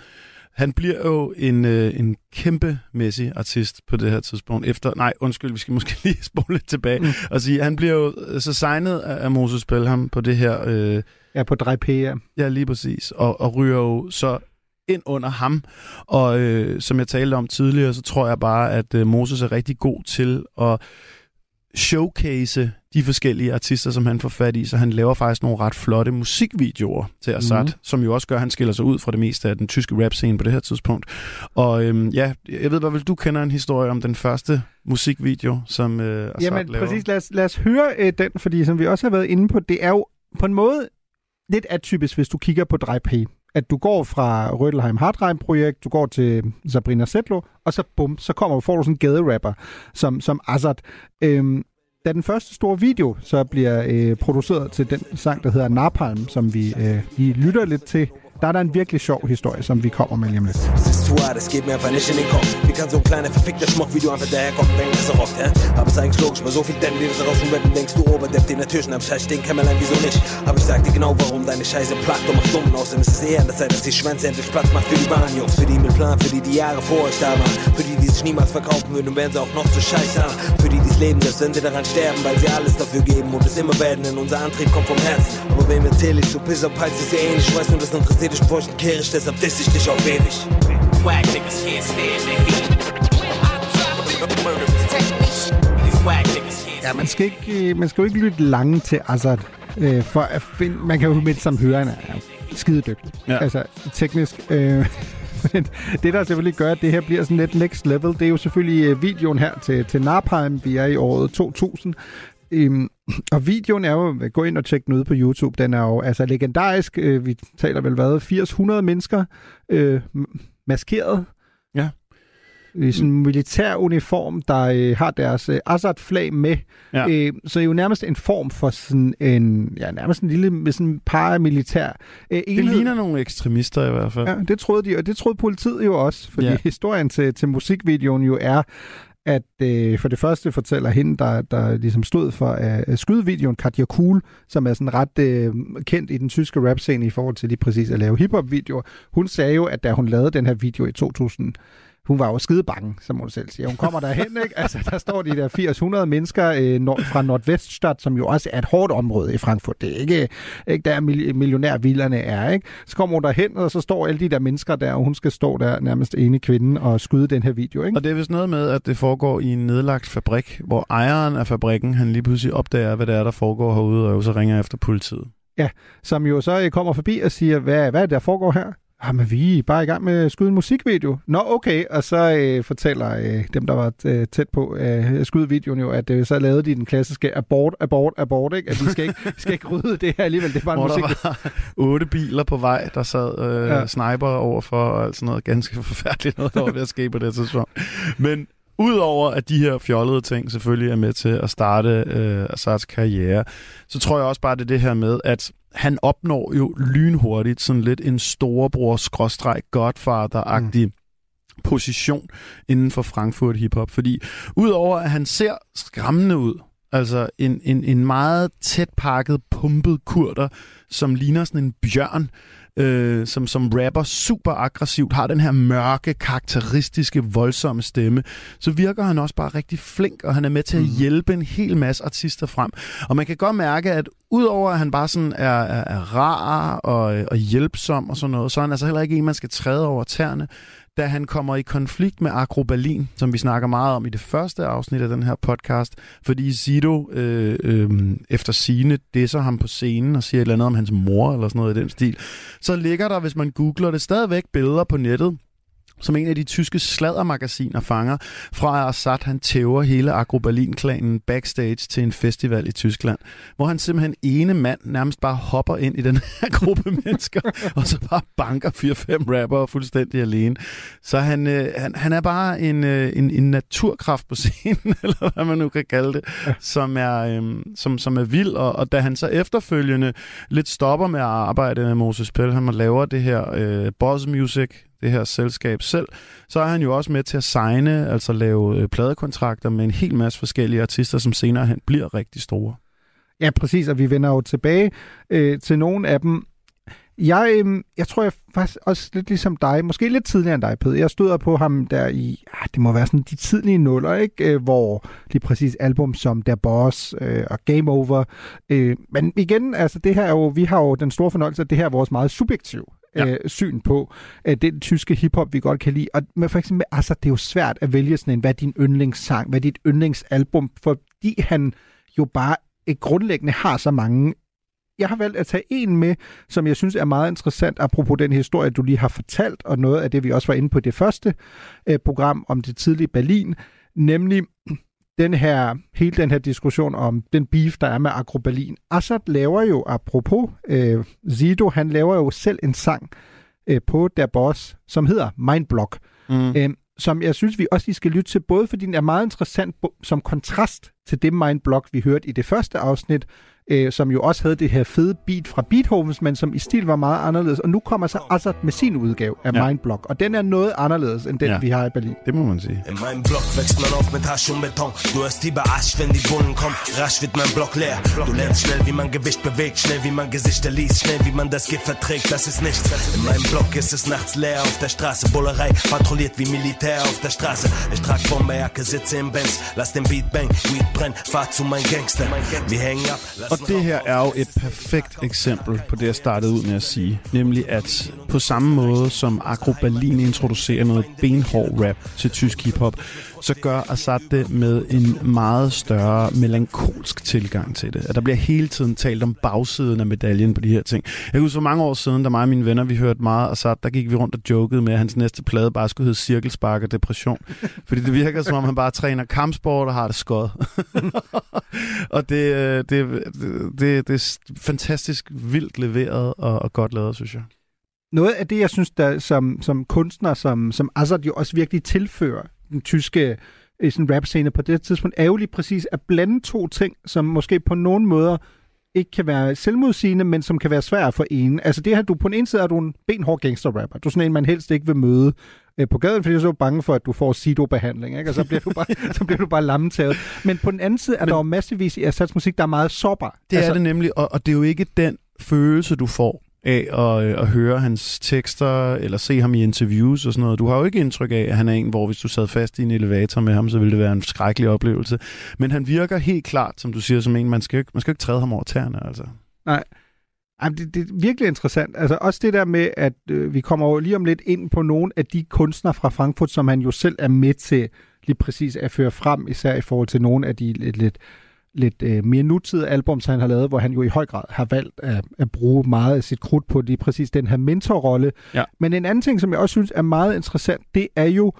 Han bliver jo en, øh, en kæmpemæssig artist på det her tidspunkt. Efter, nej, undskyld, vi skal måske lige spole lidt tilbage mm. og sige, han bliver jo så signet af Moses Pelham på det her... Øh, ja, på Drej P, ja. Ja, lige præcis. Og, og ryger jo så ind under ham. Og øh, som jeg talte om tidligere, så tror jeg bare, at øh, Moses er rigtig god til at showcase de forskellige artister, som han får fat i, så han laver faktisk nogle ret flotte musikvideoer til Azad, mm. som jo også gør, at han skiller sig ud fra det meste af den tyske rap-scene på det her tidspunkt. Og øhm, ja, jeg ved bare, vel du kender en historie om den første musikvideo, som øh, Azad Jamen, laver. præcis. Lad os, lad os høre øh, den, fordi som vi også har været inde på, det er jo på en måde lidt atypisk, hvis du kigger på Drej P. At du går fra Rødelheim Hardrime-projekt, du går til Sabrina Zetlo, og så bum, så kommer du, får du sådan en gaderapper som, som Azad. Øhm, da den første store video så bliver øh, produceret til den sang, der hedder Napalm, som vi äh, lige lytter lidt til, der er der en virkelig sjov historie, som vi kommer med lige om lidt. Es ist zu hart, es geht mir einfach nicht in den Kopf. Wie kann so ein kleiner verfickter Schmuckvideo einfach daherkommen, wenn es rockt, hä? Aber es ist eigentlich logisch, bei so viel Deppen, die das raus und rappen, denkst du, Oberdepp, den der Türchen am Scheiß stehen, Kämmerlein, wieso nicht? Aber ich sag dir genau, warum deine Scheiße plagt und macht dumm aus. Denn es ist eher an der Zeit, dass die Schwänze endlich Platz macht für die wahren Jungs, für die mit Plan, für die, die Jahre vor euch da waren, für die, die sich niemals verkaufen würden und wären sie auch noch so scheiße haben, für die, die es leben, selbst wenn sie daran sterben, weil sie alles dafür geben und es immer werden, denn unser Antrieb kommt vom Herzen. Aber wem erzähl ich, so Pisser, Peits ist ja ähnlich, ich weiß nur, das interessiert dich, bevor ich einen Kehrisch, deshalb diss ich dich auf ewig. Swag niggas can't stand the heat. Ja, man skal ikke, man skal jo ikke lytte lange til Azad, øh, for at finde, man kan jo med det samme høre, han er skide dygtig. Ja. Altså, teknisk. Øh, men det, der selvfølgelig gør, at det her bliver sådan lidt next level, det er jo selvfølgelig videoen her til, til Napalm. Vi er i året to tusind. Øhm, og videoen er jo, gå ind og tjek den ud på YouTube, den er jo altså legendarisk. Øh, vi taler vel hvad, firs hundrede mennesker øh, maskeret. Ja. I sådan en militær uniform, der øh, har deres øh, Azad-flag med. Ja. Øh, så er jo nærmest en form for sådan en, ja, nærmest en lille med sådan en paramilitær øh, enhed. Det ligner nogle ekstremister i hvert fald. Ja, det troede de, og det troede politiet jo også, fordi ja. historien til, til musikvideoen jo er, at øh, for det første fortæller hende, der, der ligesom stod for at skyde videoen, Katja Kuhl, som er sådan ret øh, kendt i den tyske rap-scene i forhold til lige præcis at lave hiphop-videoer. Hun sagde jo, at da hun lavede den her video i to tusind, hun var jo skide bange, som hun selv siger. Hun kommer derhen, ikke? Altså, der står de der firs hundrede mennesker øh, nord- fra Nordveststadt, som jo også er et hårdt område i Frankfurt. Det er ikke, ikke der millionærvillerne er, ikke? Så kommer hun derhen, og så står alle de der mennesker der, og hun skal stå der nærmest ene kvinden og skyde den her video, ikke? Og det er vist noget med, at det foregår i en nedlagt fabrik, hvor ejeren af fabrikken, han lige pludselig opdager, hvad det er, der foregår herude, og så ringer efter politiet. Ja, som jo så kommer forbi og siger, hvad, hvad er det, der foregår her? Jamen, vi er bare i gang med at skyde en musikvideo. Nå, okay. Og så øh, fortæller øh, dem, der var øh, tæt på øh, at skyde videoen jo, at øh, så lavede de den klassiske abort, abort, abort, ikke? At de skal ikke, skal ikke rydde det her alligevel. Det er bare en musik. Der var otte biler på vej, der sad øh, ja. sniper overfor, og alt sådan noget ganske forfærdeligt noget, der var ved at ske på det tidspunkt. Men udover at de her fjollede ting selvfølgelig er med til at starte øh, Azads karriere, så tror jeg også bare, det er det her med, at han opnår jo lynhurtigt sådan lidt en storebror-godfather-agtig mm. position inden for Frankfurt hiphop. Fordi udover at han ser skræmmende ud, altså en, en, en meget tæt pakket, pumpet kurder, som ligner sådan en bjørn, Øh, som, som rapper super aggressivt, har den her mørke, karakteristiske, voldsomme stemme, så virker han også bare rigtig flink, og han er med til at hjælpe en hel masse artister frem. Og man kan godt mærke, at udover at han bare sådan er, er, er rar og, og hjælpsom og sådan noget, så er han altså heller ikke en, man skal træde over tæerne, da han kommer i konflikt med Agro Berlin, som vi snakker meget om i det første afsnit af den her podcast, fordi Sido øh, øh, efter sigende disser ham på scenen og siger et eller andet om hans mor eller sådan noget i den stil. Så ligger der, hvis man googler det, stadigvæk billeder på nettet, som en af de tyske sladdermagasiner fanger, fra Azad, han tæver hele Agro Berlin-klanen backstage til en festival i Tyskland, hvor han simpelthen ene mand nærmest bare hopper ind i den her gruppe mennesker, og så bare banker fire fem rappere fuldstændig alene. Så han, øh, han, han er bare en, øh, en, en naturkraft på scenen, eller hvad man nu kan kalde det, som er, øh, som, som er vild, og, og da han så efterfølgende lidt stopper med at arbejde med Moses Pelham og laver det her øh, Boss Music, det her selskab selv, så er han jo også med til at signe, altså lave øh, pladekontrakter med en hel masse forskellige artister, som senere hen bliver rigtig store. Ja, præcis, og vi vender jo tilbage øh, til nogle af dem. Jeg, øhm, jeg tror, jeg faktisk også lidt ligesom dig, måske lidt tidligere end dig, Peder. Jeg stod på ham der i, ah, det må være sådan de tidlige nuller, ikke? Øh, hvor lige præcis album som Der Boss øh, og Game Over. Øh, men igen, altså det her er jo, vi har jo den store fornøjelse, at det her er vores meget subjektiv ja. øh, syn på øh, den tyske hiphop, vi godt kan lide. Og med, for eksempel, altså det er jo svært at vælge sådan en, hvad er din yndlingssang, hvad er dit yndlingsalbum, fordi han jo bare øh, grundlæggende har så mange. Jeg har valgt at tage en med, som jeg synes er meget interessant, apropos den historie, du lige har fortalt, og noget af det, vi også var inde på det første øh, program om det tidlige Berlin, nemlig den her, hele den her diskussion om den beef, der er med Agro Berlin. Assad laver jo, apropos øh, Sido, han laver jo selv en sang øh, på Der Boss, som hedder Mindblock, mm. øh, som jeg synes, vi også lige skal lytte til, både fordi den er meget interessant som kontrast til det Mindblock, vi hørte i det første afsnit, øh, som jo også havde det her fede beat fra Beethovens, men som i stil var meget anderledes. Og nu kommer så Assad med sin udgave af ja. Mindblock, og den er noget anderledes end den, ja. vi har i Berlin. Det må man sige. In meinem Block wächst man auf mit Hasch und Beton. Du hast lieber Asch, wenn die Bullen kommen. Rasch wird mein Block leer. Du lernst schnell, wie man Gewicht bewegt, schnell, wie man Gesichter liest, schnell, wie man das Gift verträgt. Das ist nichts. In meinem Block ist es nachts leer auf der Straße. Bullerei patrouilliert wie Militär auf der Straße. Ich trag Bomberjacke, sitze im Benz. Lass den Beat bang, Weed brennt, fahr zu mein Gangster. Wir hängen ab. Og det her er jo et perfekt eksempel på det, jeg startede ud med at sige. Nemlig at på samme måde som Agro Berlin introducerer noget benhård rap til tysk hiphop, så gør Assad det med en meget større melankolsk tilgang til det. At der bliver hele tiden talt om bagsiden af medaljen på de her ting. Jeg kan huske for mange år siden, da mig og mine venner, vi hørte meget Assad, der gik vi rundt og jokede med, at hans næste plade bare skulle hedde Cirkelspark og Depression. Fordi det virker som om, han bare træner kampsport og har det skod. Og det, det, det, det er fantastisk vildt leveret og, og godt lavet, synes jeg. Noget af det, jeg synes, der som, som kunstner, som, som Assad jo også virkelig tilfører den tyske sådan rap-scene på det tidspunkt, er jo lige præcis at blande to ting, som måske på nogen måder ikke kan være selvmodsigende, men som kan være svært at forene. Altså det her, du på den ene side er du en benhård gangster-rapper. Du er sådan en, man helst ikke vil møde øh, på gaden, fordi du er så bange for, at du får Sido-behandling, ikke? Og så bliver du bare, så bliver du bare lammetaget. Men på den anden side er men, der jo massevis i Assads musik, der er meget sårbar. Det altså, er det nemlig, og, og det er jo ikke den følelse, du får af at, at høre hans tekster, eller se ham i interviews og sådan noget. Du har jo ikke indtryk af, at han er en, hvor hvis du sad fast i en elevator med ham, så ville det være en skrækkelig oplevelse. Men han virker helt klart, som du siger, som en, man skal jo ikke, man skal ikke træde ham over tæerne, altså. Nej. Jamen, det, det er virkelig interessant. Altså også det der med, at øh, vi kommer jo lige om lidt ind på nogle af de kunstnere fra Frankfurt, som han jo selv er med til lige præcis at føre frem, især i forhold til nogle af de lidt, lidt lidt øh, mere nutidige albums, han har lavet, hvor han jo i høj grad har valgt at, at bruge meget af sit krudt på lige præcis den her mentorrolle. Ja. Men en anden ting, som jeg også synes er meget interessant, det er jo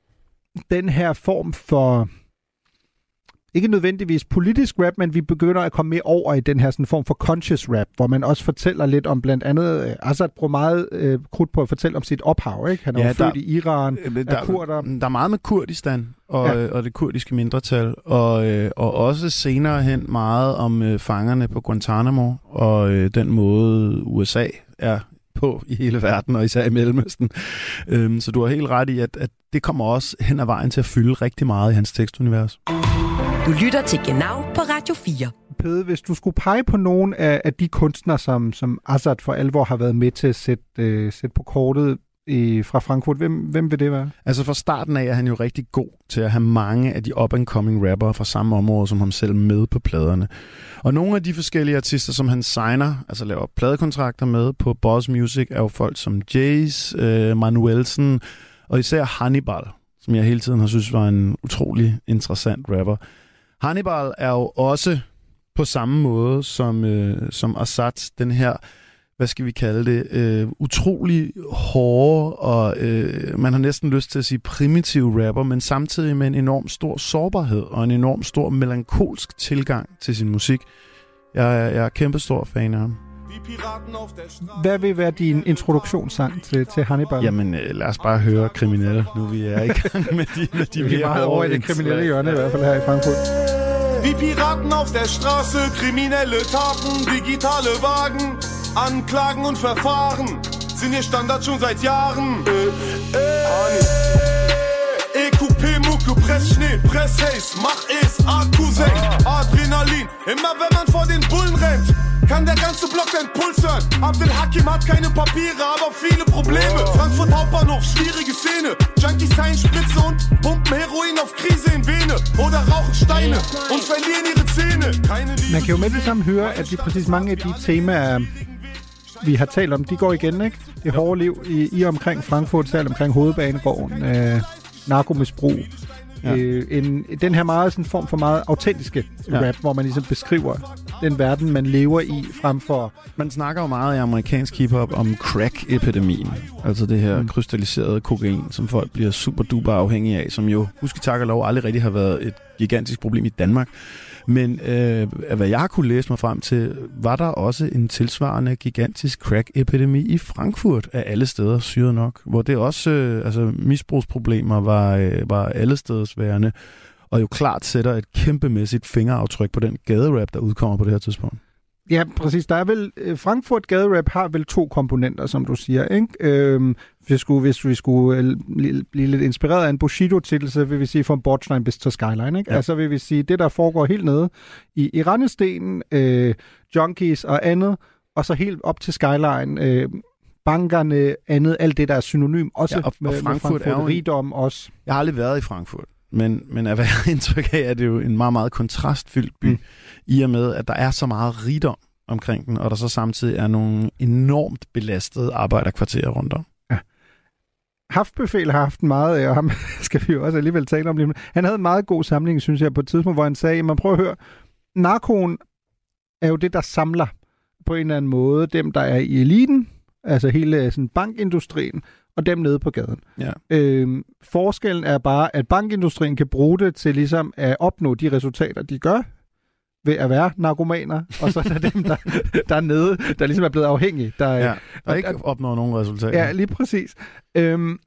den her form for, ikke nødvendigvis politisk rap, men vi begynder at komme mere over i den her sådan form for conscious rap, hvor man også fortæller lidt om blandt andet, øh, Assad bruger meget øh, krudt på at fortælle om sit ophav, ikke? Han er ja, jo født i Iran, øh, der, er kurder. Der er meget med Kurdistan og, ja. og det kurdiske mindretal, og, øh, og også senere hen meget om øh, fangerne på Guantanamo, og øh, den måde U S A er på i hele verden, og især i Mellemøsten. Øhm, så du har helt ret i, at, at det kommer også hen ad vejen til at fylde rigtig meget i hans tekstunivers. Du lytter til Genau på Radio fire. Pede, hvis du skulle pege på nogle af, af de kunstnere, som, som Assad for alvor har været med til at sætte, øh, sætte på kortet i, fra Frankfurt, hvem, hvem vil det være? Altså fra starten af er han jo rigtig god til at have mange af de up-and-coming rappere fra samme område som ham selv med på pladerne. Og nogle af de forskellige artister, som han signer, altså laver pladekontrakter med på Boss Music, er jo folk som Jace, øh, Manuelsen og især Hannibal, som jeg hele tiden har synes var en utrolig interessant rapper. Hannibal er jo også på samme måde som, øh, som Assad, den her, hvad skal vi kalde det, øh, utrolig hårde og øh, man har næsten lyst til at sige primitiv rapper, men samtidig med en enorm stor sårbarhed og en enorm stor melankolsk tilgang til sin musik. Jeg er, jeg er kæmpe stor fan af ham. Hvad vil være din introduktionssang til, til Hannibal? Jamen, øh, lad os bare høre Kriminelle, nu vi er i gang med de, med de vi er meget over i det kriminelle hjørne, i hvert fald her i Frankfurt. Wie Piraten auf der Straße, kriminelle Taten, digitale Wagen, Anklagen und Verfahren sind ihr Standard schon seit Jahren. Äh, äh. E Q P, Mucke, Press, Schnee, Press, Haze, mach es, Akku senkt, Adrenalin, immer wenn man vor den Bullen rennt. kann der ganze Block deinen Puls hören. Abdel Hakim hat keine Papiere, aber viele Probleme. Frankfurt Hauptbahnhof, schwierige Szene. Junkies teilen Spritze und pumpen Heroin auf Krise in Vene. Oder rauchen Steine und verlieren ihre Zähne. Keine Liebe. Man kan jo med det samme høre, at lige præcis mange af de temaer, vi har talt om, de går igen, ikke? Det hårde liv i, i omkring Frankfurt, selv omkring Hovedbanegården, øh, narkomisbrug. Ja. Øh, en, den her meget sådan form for meget autentiske ja. rap, hvor man ligesom beskriver den verden, man lever i, frem for... Man snakker jo meget i amerikansk hiphop om crack-epidemien. Altså det her mm. krystalliserede kokain, som folk bliver super duper afhængige af, som jo, husk tak og lov, aldrig rigtig har været et gigantisk problem i Danmark. Men øh, hvad jeg kunne læse mig frem til, var der også en tilsvarende gigantisk crack-epidemi i Frankfurt af alle steder, syret nok, hvor det også, øh, altså misbrugsproblemer var, øh, var alle stedersværende, og jo klart sætter et kæmpemæssigt fingeraftryk på den gaderap, der udkommer på det her tidspunkt. Ja, præcis. Der er vel, Frankfurt gaderap har vel to komponenter, som du siger, ikke? Øhm, hvis, vi skulle, hvis vi skulle blive lidt inspireret af en Bushido-titel, så vil vi sige from Bordstein bis zur Skyline, ikke? Ja. Altså vil vi sige, det der foregår helt nede i, i Randestenen, øh, junkies og andet, og så helt op til Skyline, øh, bankerne, andet, alt det der er synonym, også ja, og, med, og Frankfurt, med Frankfurt er jo rigdom også. Jeg har aldrig været i Frankfurt. Men, men at være indtryk af, at det er jo en meget, meget kontrastfyldt by, mm. i og med, at der er så meget rigdom omkring den, og der så samtidig er nogle enormt belastede arbejderkvarterer rundt om. Ja. Haftbefæl har haft meget, og ham skal vi jo også alligevel tale om lige. Han havde en meget god samling, synes jeg, på et tidspunkt, hvor han sagde, man prøver at høre, narkoen er jo det, der samler på en eller anden måde dem, der er i eliten, altså hele sådan, bankindustrien, og dem nede på gaden. Ja. Øhm, forskellen er bare, at bankindustrien kan bruge det til ligesom at opnå de resultater, de gør, ved at være narkomaner, og så er der dem, der, der er nede, der ligesom er blevet afhængige. Der, ja, der ikke og, opnår nogen resultater. Ja, lige præcis. Øhm,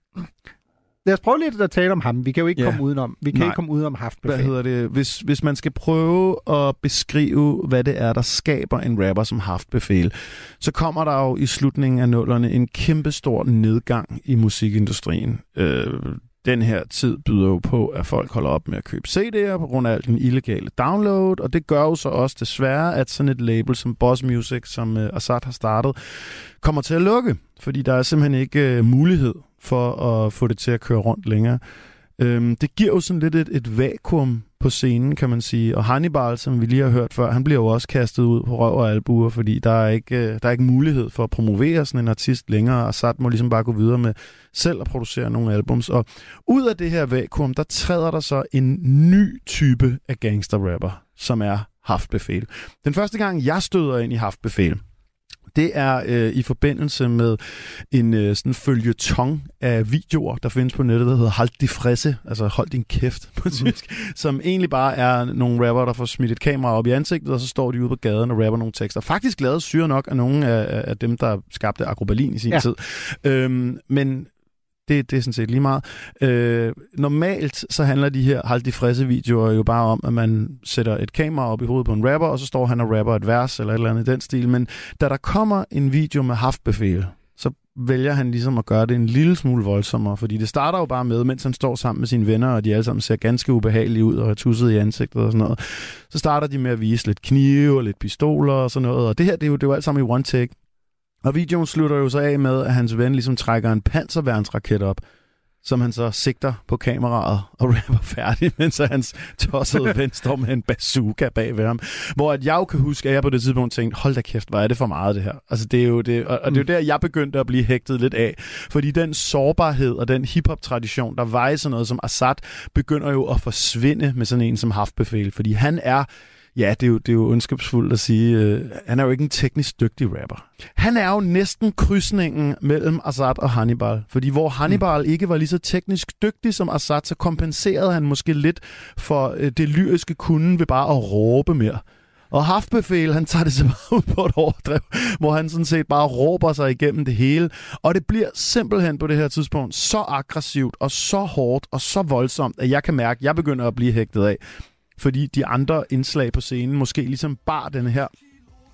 lad os prøve lidt at tale om ham. Vi kan jo ikke ja. komme udenom. Vi kan Nej. ikke komme udenom Haftbefæl. Hvad hedder det? Hvis, hvis man skal prøve at beskrive, hvad det er, der skaber en rapper som Haftbefæl, så kommer der jo i slutningen af nullerne en kæmpestor nedgang i musikindustrien. Øh, den her tid byder jo på, at folk holder op med at købe C D'er på grund af al den illegale download, og det gør jo så også desværre, at sådan et label som Boss Music, som uh, Azad har startet, kommer til at lukke, fordi der er simpelthen ikke uh, mulighed for at få det til at køre rundt længere. Øhm, det giver jo sådan lidt et, et vakuum på scenen, kan man sige. Og Hannibal, som vi lige har hørt før, han bliver jo også kastet ud på røv og albuer, fordi der er ikke, der er ikke mulighed for at promovere sådan en artist længere, og Azad må ligesom bare gå videre med selv at producere nogle albums. Og ud af det her vakuum, der træder der så en ny type af gangsterrapper, som er Haftbefæl. Den første gang, jeg støder ind i Haftbefæl, det er øh, i forbindelse med en øh, sådan føljeton af videoer, der findes på nettet, der hedder Halt die Fresse, altså hold din kæft på tysk, som egentlig bare er nogle rapper, der får smidt et kamera op i ansigtet, og så står de ude på gaden og rapper nogle tekster. Faktisk lavet syre nok af nogle af, af dem, der skabte Agro Berlin i sin ja. tid. Øhm, men Det, det er sådan set lige meget. Øh, normalt så handler de her Halt die Fresse-videoer jo bare om, at man sætter et kamera op i hovedet på en rapper, og så står han og rapper et vers eller et eller andet i den stil. Men da der kommer en video med Haftbefæl, så vælger han ligesom at gøre det en lille smule voldsommere, fordi det starter jo bare med, mens han står sammen med sine venner, og de alle sammen ser ganske ubehagelige ud og er tusset i ansigtet og sådan noget. Så starter de med at vise lidt knive og lidt pistoler og sådan noget, og det her, det er jo, det er jo alt sammen i one take. Og videoen slutter jo så af med, at hans ven ligesom trækker en panserværnsraket op, som han så sigter på kameraet og rapper færdig, mens hans tossede ven står med en bazooka bag ved ham. Hvor at jeg jo kan huske, at jeg på det tidspunkt tænkte, hold da kæft, hvor er det for meget det her. Altså det er jo det, og, og det er jo der, jeg begyndte at blive hægtet lidt af. Fordi den sårbarhed og den hiphop-tradition, der var i sådan noget som Azad, begynder jo at forsvinde med sådan en som Haftbefæl. Fordi han er... Ja, det er jo, det er jo ondskabsfuldt at sige. Øh, han er jo ikke en teknisk dygtig rapper. Han er jo næsten krydsningen mellem Azad og Hannibal. Fordi hvor Hannibal mm. ikke var lige så teknisk dygtig som Azad, så kompenserede han måske lidt for øh, det lyriske kunde ved bare at råbe mere. Og Haftbefæl, han tager det så bare ud på et overdrev, hvor han sådan set bare råber sig igennem det hele. Og det bliver simpelthen på det her tidspunkt så aggressivt og så hårdt og så voldsomt, at jeg kan mærke, at jeg begynder at blive hægtet af. Fordi de andre indslag på scenen måske ligesom bar den her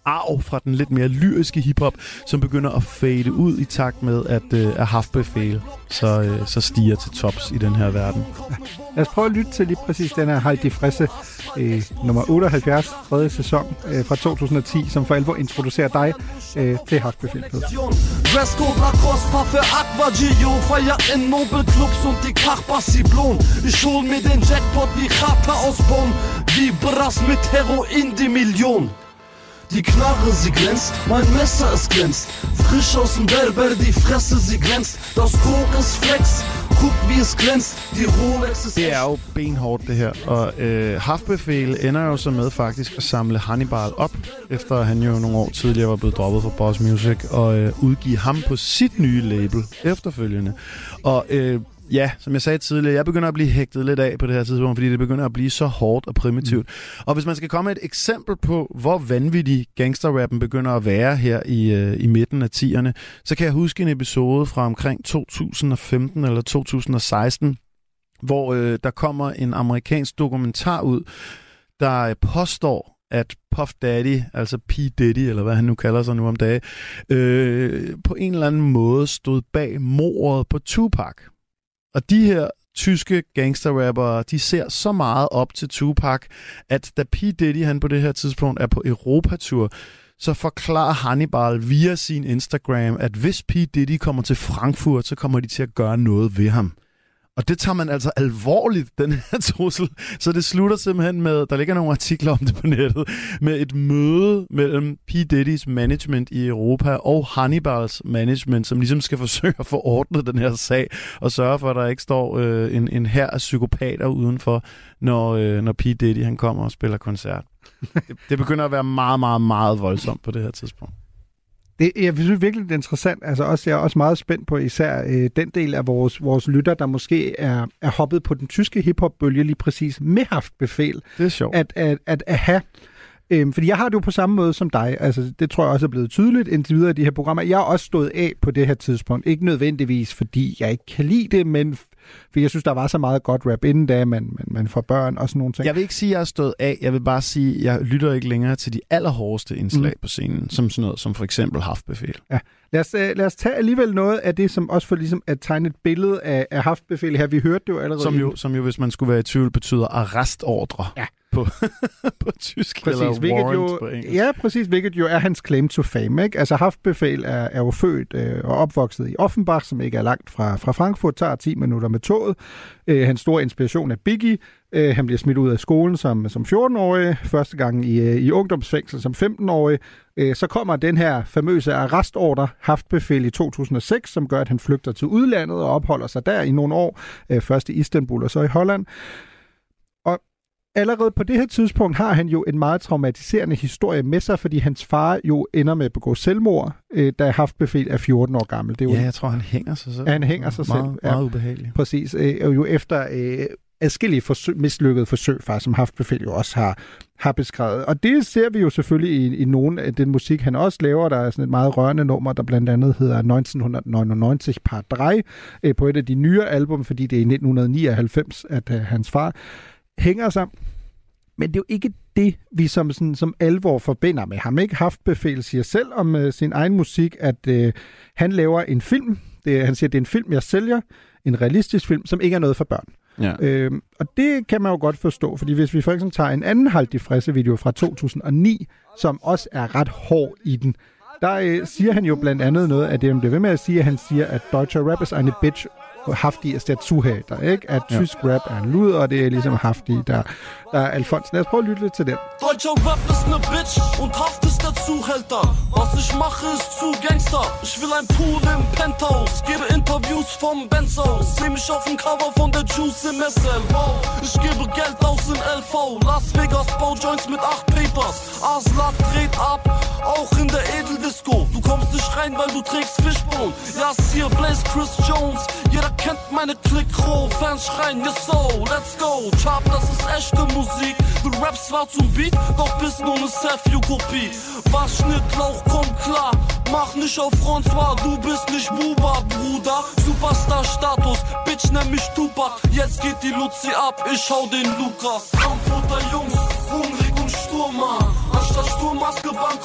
arv fra den lidt mere lyriske hiphop, som begynder at fade ud i takt med, at, øh, at Haftbefehl så, øh, så stiger til tops i den her verden. Lad os prøve at lytte til lige præcis den her Heidi Fresse, øh, nummer otteoghalvfjerds, tredje sæson øh, fra to tusind og ti, som for alvor introducerer dig øh, til Haftbefehl. Dresscode Lacoste, Parfait Aqua Gio, feier in Nobelclubs und die Kachbasiblon. Ich hol mir den Jackpot wie Chata aus Bonn, wie Brass mit Heroin die Million. Die Knarre, sie glänzt, mein Messer, es glänzt. Frisch aus dem Berber, die Fresse, sie glänzt. Das Coke ist Flex, guck wie es glänzt. Die Rolex ist... Det er jo benhårdt, det her. Og øh, Haftbefehl ender jo så med faktisk at samle Hannibal op, efter han jo nogle år tidligere var blevet droppet fra Boss Music, og øh, udgive ham på sit nye label efterfølgende. Og... Øh, Ja, som jeg sagde tidligere, jeg begynder at blive hægtet lidt af på det her tidspunkt, fordi det begynder at blive så hårdt og primitivt. Mm. Og hvis man skal komme med et eksempel på, hvor vanvittig gangsterrappen begynder at være her i, øh, i midten af tierne, så kan jeg huske en episode fra omkring to tusind og femten eller to tusind og seksten, hvor øh, der kommer en amerikansk dokumentar ud, der påstår, at Puff Daddy, altså P. Diddy, eller hvad han nu kalder sig nu om dagen, øh, på en eller anden måde stod bag mordet på Tupac. Og de her tyske gangsterrappere, de ser så meget op til Tupac, at da P. Diddy han på det her tidspunkt er på Europatur, så forklarer Hannibal via sin Instagram, at hvis P. Diddy kommer til Frankfurt, så kommer de til at gøre noget ved ham. Og det tager man altså alvorligt, den her trussel. Så det slutter simpelthen med, der ligger nogle artikler om det på nettet, med et møde mellem P. Diddys management i Europa og Hannibals management, som ligesom skal forsøge at få ordnet den her sag, og sørge for, at der ikke står øh, en, en hær af psykopater udenfor, når, øh, når P. Diddy han kommer og spiller koncert. det, det begynder at være meget, meget, meget voldsomt på det her tidspunkt. Det, jeg synes virkelig, det er interessant. Altså også, jeg er også meget spændt på især øh, den del af vores, vores lytter, der måske er, er hoppet på den tyske hiphop-bølge lige præcis med Haftbefehl. Det er sjovt. At, at, at, at have... Øhm, fordi jeg har det jo på samme måde som dig. Altså, det tror jeg også er blevet tydeligt indtil videre i de her programmer. Jeg har også stået af på det her tidspunkt. Ikke nødvendigvis, fordi jeg ikke kan lide det, men fordi jeg synes, der var så meget godt rap inden da, man, man, man får børn og sådan nogle ting. Jeg vil ikke sige, at jeg har stået af. Jeg vil bare sige, at jeg lytter ikke længere til de allerhårdeste indslag mm. på scenen, som sådan noget som for eksempel Haftbefehl. Ja. Lad os, uh, lad os tage alligevel noget af det, som også for ligesom at tegne et billede af, af Haftbefehl her. Vi hørte det jo allerede. Som jo, som jo, hvis man skulle være i tvivl, betyder arrestordre. Ja. På, på tysk, præcis, eller warrant jo, på engelsk. Ja, præcis, hvilket jo er hans claim to fame, ikke? Altså Haftbefehl er, er jo født øh, og opvokset i Offenbach, som ikke er langt fra, fra Frankfurt, tager ti minutter med toget. Øh, hans store inspiration er Biggie. Øh, han bliver smidt ud af skolen som, som fjorten-årig, første gang i, øh, i ungdomsfængsel som femten-årig. Øh, så kommer den her famøse arrestordre, Haftbefehl i to tusind og seks, som gør, at han flygter til udlandet og opholder sig der i nogle år. Øh, først i Istanbul og så i Holland. Og allerede på det her tidspunkt har han jo en meget traumatiserende historie med sig, fordi hans far jo ender med at begå selvmord, øh, da Haftbefehl er fjorten år gammel. Det er jo ja, jeg tror, han hænger sig selv. Ja, han hænger sig meget, selv. Ja, meget ubehageligt. Præcis. Øh, jo efter øh, adskillige forsøg, mislykkede forsøg, far, som Haftbefehl jo også har, har beskrevet. Og det ser vi jo selvfølgelig i, i nogle af den musik, han også laver. Der er sådan et meget rørende nummer, der blandt andet hedder nitten nioghalvfems par tre, øh, på et af de nyere album, fordi det er i nitten nioghalvfems, at øh, hans far hænger sig. Men det er jo ikke det, vi som, sådan, som alvor forbinder med ham. Ikke? Haftbefehl siger selv om uh, sin egen musik, at uh, han laver en film. Det, han siger, det er en film, jeg sælger. En realistisk film, som ikke er noget for børn. Ja. Øhm, og det kan man jo godt forstå, fordi hvis vi for eksempel tager en anden Heidi Fresse video fra to tusind og ni, som også er ret hård i den, der uh, siger han jo blandt andet noget af det, han bliver ved med at sige, at han siger, at Deutscher Rap is eine Bitch, Hafti er stedet Zuhälter, ikke? At ja. Tysk rap er en luder, og det er ligesom Hafti, der, der er Alfonsen. Lad os prøve at lytte lidt til den. Deutscher Rap ist ne Bitch und Haft ist der Zuhälter. Was ich mache ist zu Gangster. Ich will ein Pool im Penthouse, gebe Interviews vom Benzos. Seh mich auf dem Cover von der Juice im S L. Wow, ich gebe Geld aus in L V. Las Vegas, Baujoints mit acht Papers. Aslat dreht ab, auch in der Edeldisco. Du kommst nicht rein, weil du trägst Fishbone. Ja, hier Blaze Chris Jones. Jeder kennt meine Klick-Roh, Fans schreien, yes so, let's go. Chap, das ist echte Musik. Du rappst zwar zum Beat, doch bist nur ne Selfie-Kopie. Was Schnittlauch, komm klar. Mach nicht auf François, du bist nicht Buba, Bruder. Superstar-Status, Bitch, nenn mich Tupac. Jetzt geht die Luzi ab, ich hau den Lukas. Frankfurter Jungs, hungrig und Sturm, Mann. Anstatt Sturmmaske, Bankraub im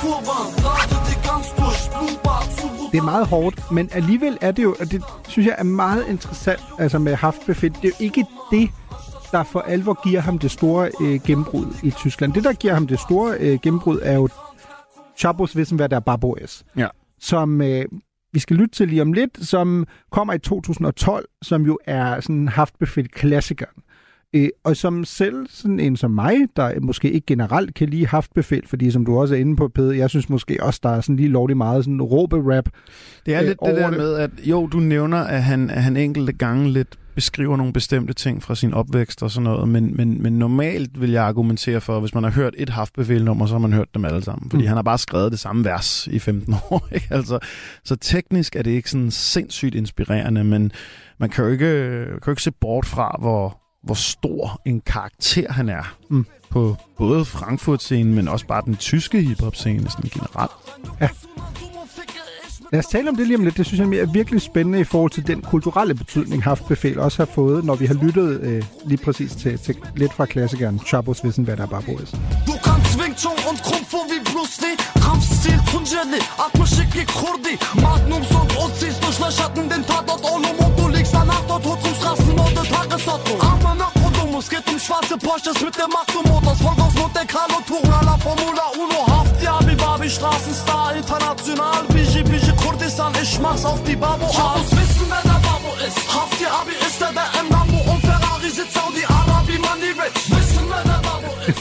Det er meget hårdt, men alligevel er det jo, og det synes jeg er meget interessant, altså med Haftbefehl, det er jo ikke det, der for alvor giver ham det store øh, gennembrud i Tyskland. Det, der giver ham det store øh, gennembrud, er jo Chabos Wissen, hvad der er Barboes. Ja. Som øh, vi skal lytte til lige om lidt, som kommer i to tusind og tolv, som jo er sådan Haftbefehl-klassikeren. Øh, og som selv sådan en som mig, der måske ikke generelt kan lide Haftbefehl, fordi som du også er inde på, Peder, jeg synes måske også, der er sådan lige lovligt meget sådan råbe-rap. Det er øh, lidt det der det. med, at jo, du nævner, at han, at han enkelte gange lidt beskriver nogle bestemte ting fra sin opvækst og sådan noget, men, men, men normalt vil jeg argumentere for, hvis man har hørt et Haftbefehl-nummer, så har man hørt dem alle sammen, fordi mm. han har bare skrevet det samme vers i femten år, ikke? Altså, så teknisk er det ikke sådan sindssygt inspirerende, men man kan jo ikke, kan jo ikke se bort fra, hvor hvor stor en karakter han er mm. på både Frankfurt-scenen, men også bare den tyske hiphop-scene sådan generelt. Ja. Lad os tale om det lige om lidt. Det synes jeg er virkelig spændende i forhold til den kulturelle betydning, Haftbefehl også har fået, når vi har lyttet øh, lige præcis til, til lidt fra klassikeren Chabos Wissen, hvad der er Barboes. Du kan Wing-Chun und Kung-Fu wie Bruce Lee, Kampfstil Punjabi, Atmoschick Kurdi, Magnums und Uzis durchlöcherten den Tatort ohne Mund, du liegst danach dort tot zum Straßenmorde, Tagesordnung. Aber nach Rodomus geht um schwarze Porsches mit der Macht und Motors, von aus Monte Carlo, Touren, la Formula Uno, Haft, ja, wie Barbie, Straßenstar, international, Biji, Biji, Kurdistan, ich mach's auf die Babo. Chabos Wissen, wer der Babo ist, Haft, ja, Abi ist der, der im Lambo und Ferrari sitzt Saudi-Arabi, Money Rich, wissen, wer der Babo ist.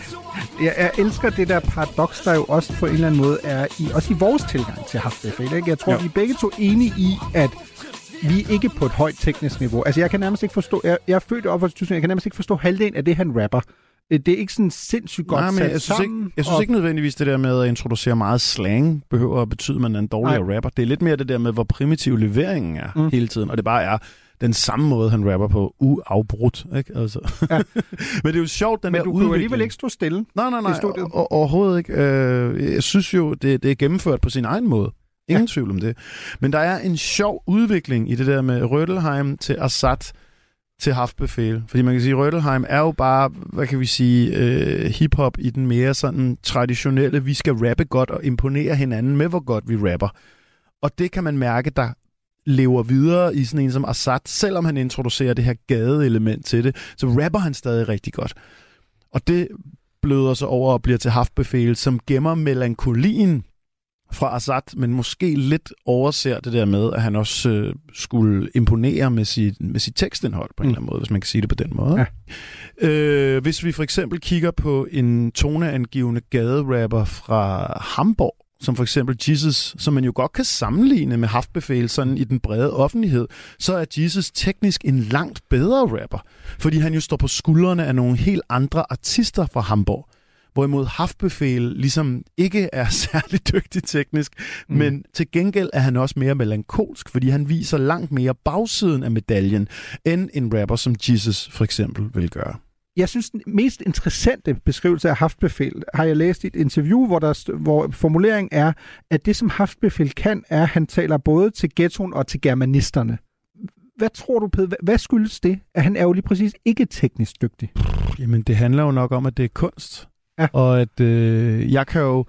Jeg, jeg elsker det der paradoks, der jo også på en eller anden måde er i, også i vores tilgang til Haftbefehl. Ikke? Jeg tror, ja. vi er begge to enige i, at vi er ikke på et højt teknisk niveau. Altså, jeg kan nærmest ikke forstå... Jeg, jeg er født op for Tyskland, jeg kan nærmest ikke forstå halvdelen af det, han rapper. Det er ikke sådan sindssygt godt Nej, men sat jeg synes sammen. Ikke, jeg synes og... ikke nødvendigvis det der med at introducere meget slang behøver at betyde, at man er en dårligere Nej. rapper. Det er lidt mere det der med, hvor primitiv leveringen er mm. hele tiden. Og det bare er den samme måde, han rapper på, uafbrudt. Ikke? Altså. Ja. Men det er jo sjovt, den Men der du udvikling. kan alligevel ikke stå stille. Nej, nej, nej. O- overhovedet ikke. Jeg synes jo, det, det er gennemført på sin egen måde. Ingen ja. tvivl om det. Men der er en sjov udvikling i det der med Rödelheim til Assad til Haftbefehl. Fordi man kan sige, at Rödelheim er jo bare, hvad kan vi sige, øh, hiphop i den mere sådan traditionelle, vi skal rappe godt og imponere hinanden med, hvor godt vi rapper. Og det kan man mærke, der lever videre i sådan en som Assad, selvom han introducerer det her gadeelement til det, så rapper han stadig rigtig godt. Og det bløder sig over og bliver til Haftbefehl, som gemmer melankolien fra Assad, men måske lidt overser det der med, at han også øh, skulle imponere med sit, med sit tekstindhold på en mm. eller anden måde, hvis man kan sige det på den måde. Ja. Øh, hvis vi for eksempel kigger på en toneangivende gaderapper fra Hamburg, som for eksempel Jesus, som man jo godt kan sammenligne med Haftbefehl sådan i den brede offentlighed, så er Jesus teknisk en langt bedre rapper, fordi han jo står på skuldrene af nogle helt andre artister fra Hamburg. Hvorimod Haftbefehl ligesom ikke er særlig dygtig teknisk, mm. men til gengæld er han også mere melankolsk, fordi han viser langt mere bagsiden af medaljen, end en rapper som Jesus for eksempel vil gøre. Jeg synes, den mest interessante beskrivelse af Haftbefehl har jeg læst i et interview, hvor, der, hvor formuleringen er, at det som Haftbefehl kan, er, at han taler både til ghettoen og til germanisterne. Hvad tror du, Peder? Hvad skyldes det? At han er jo lige præcis ikke teknisk dygtig. Jamen, det handler jo nok om, at det er kunst. Ja. Og at øh, jeg kan jo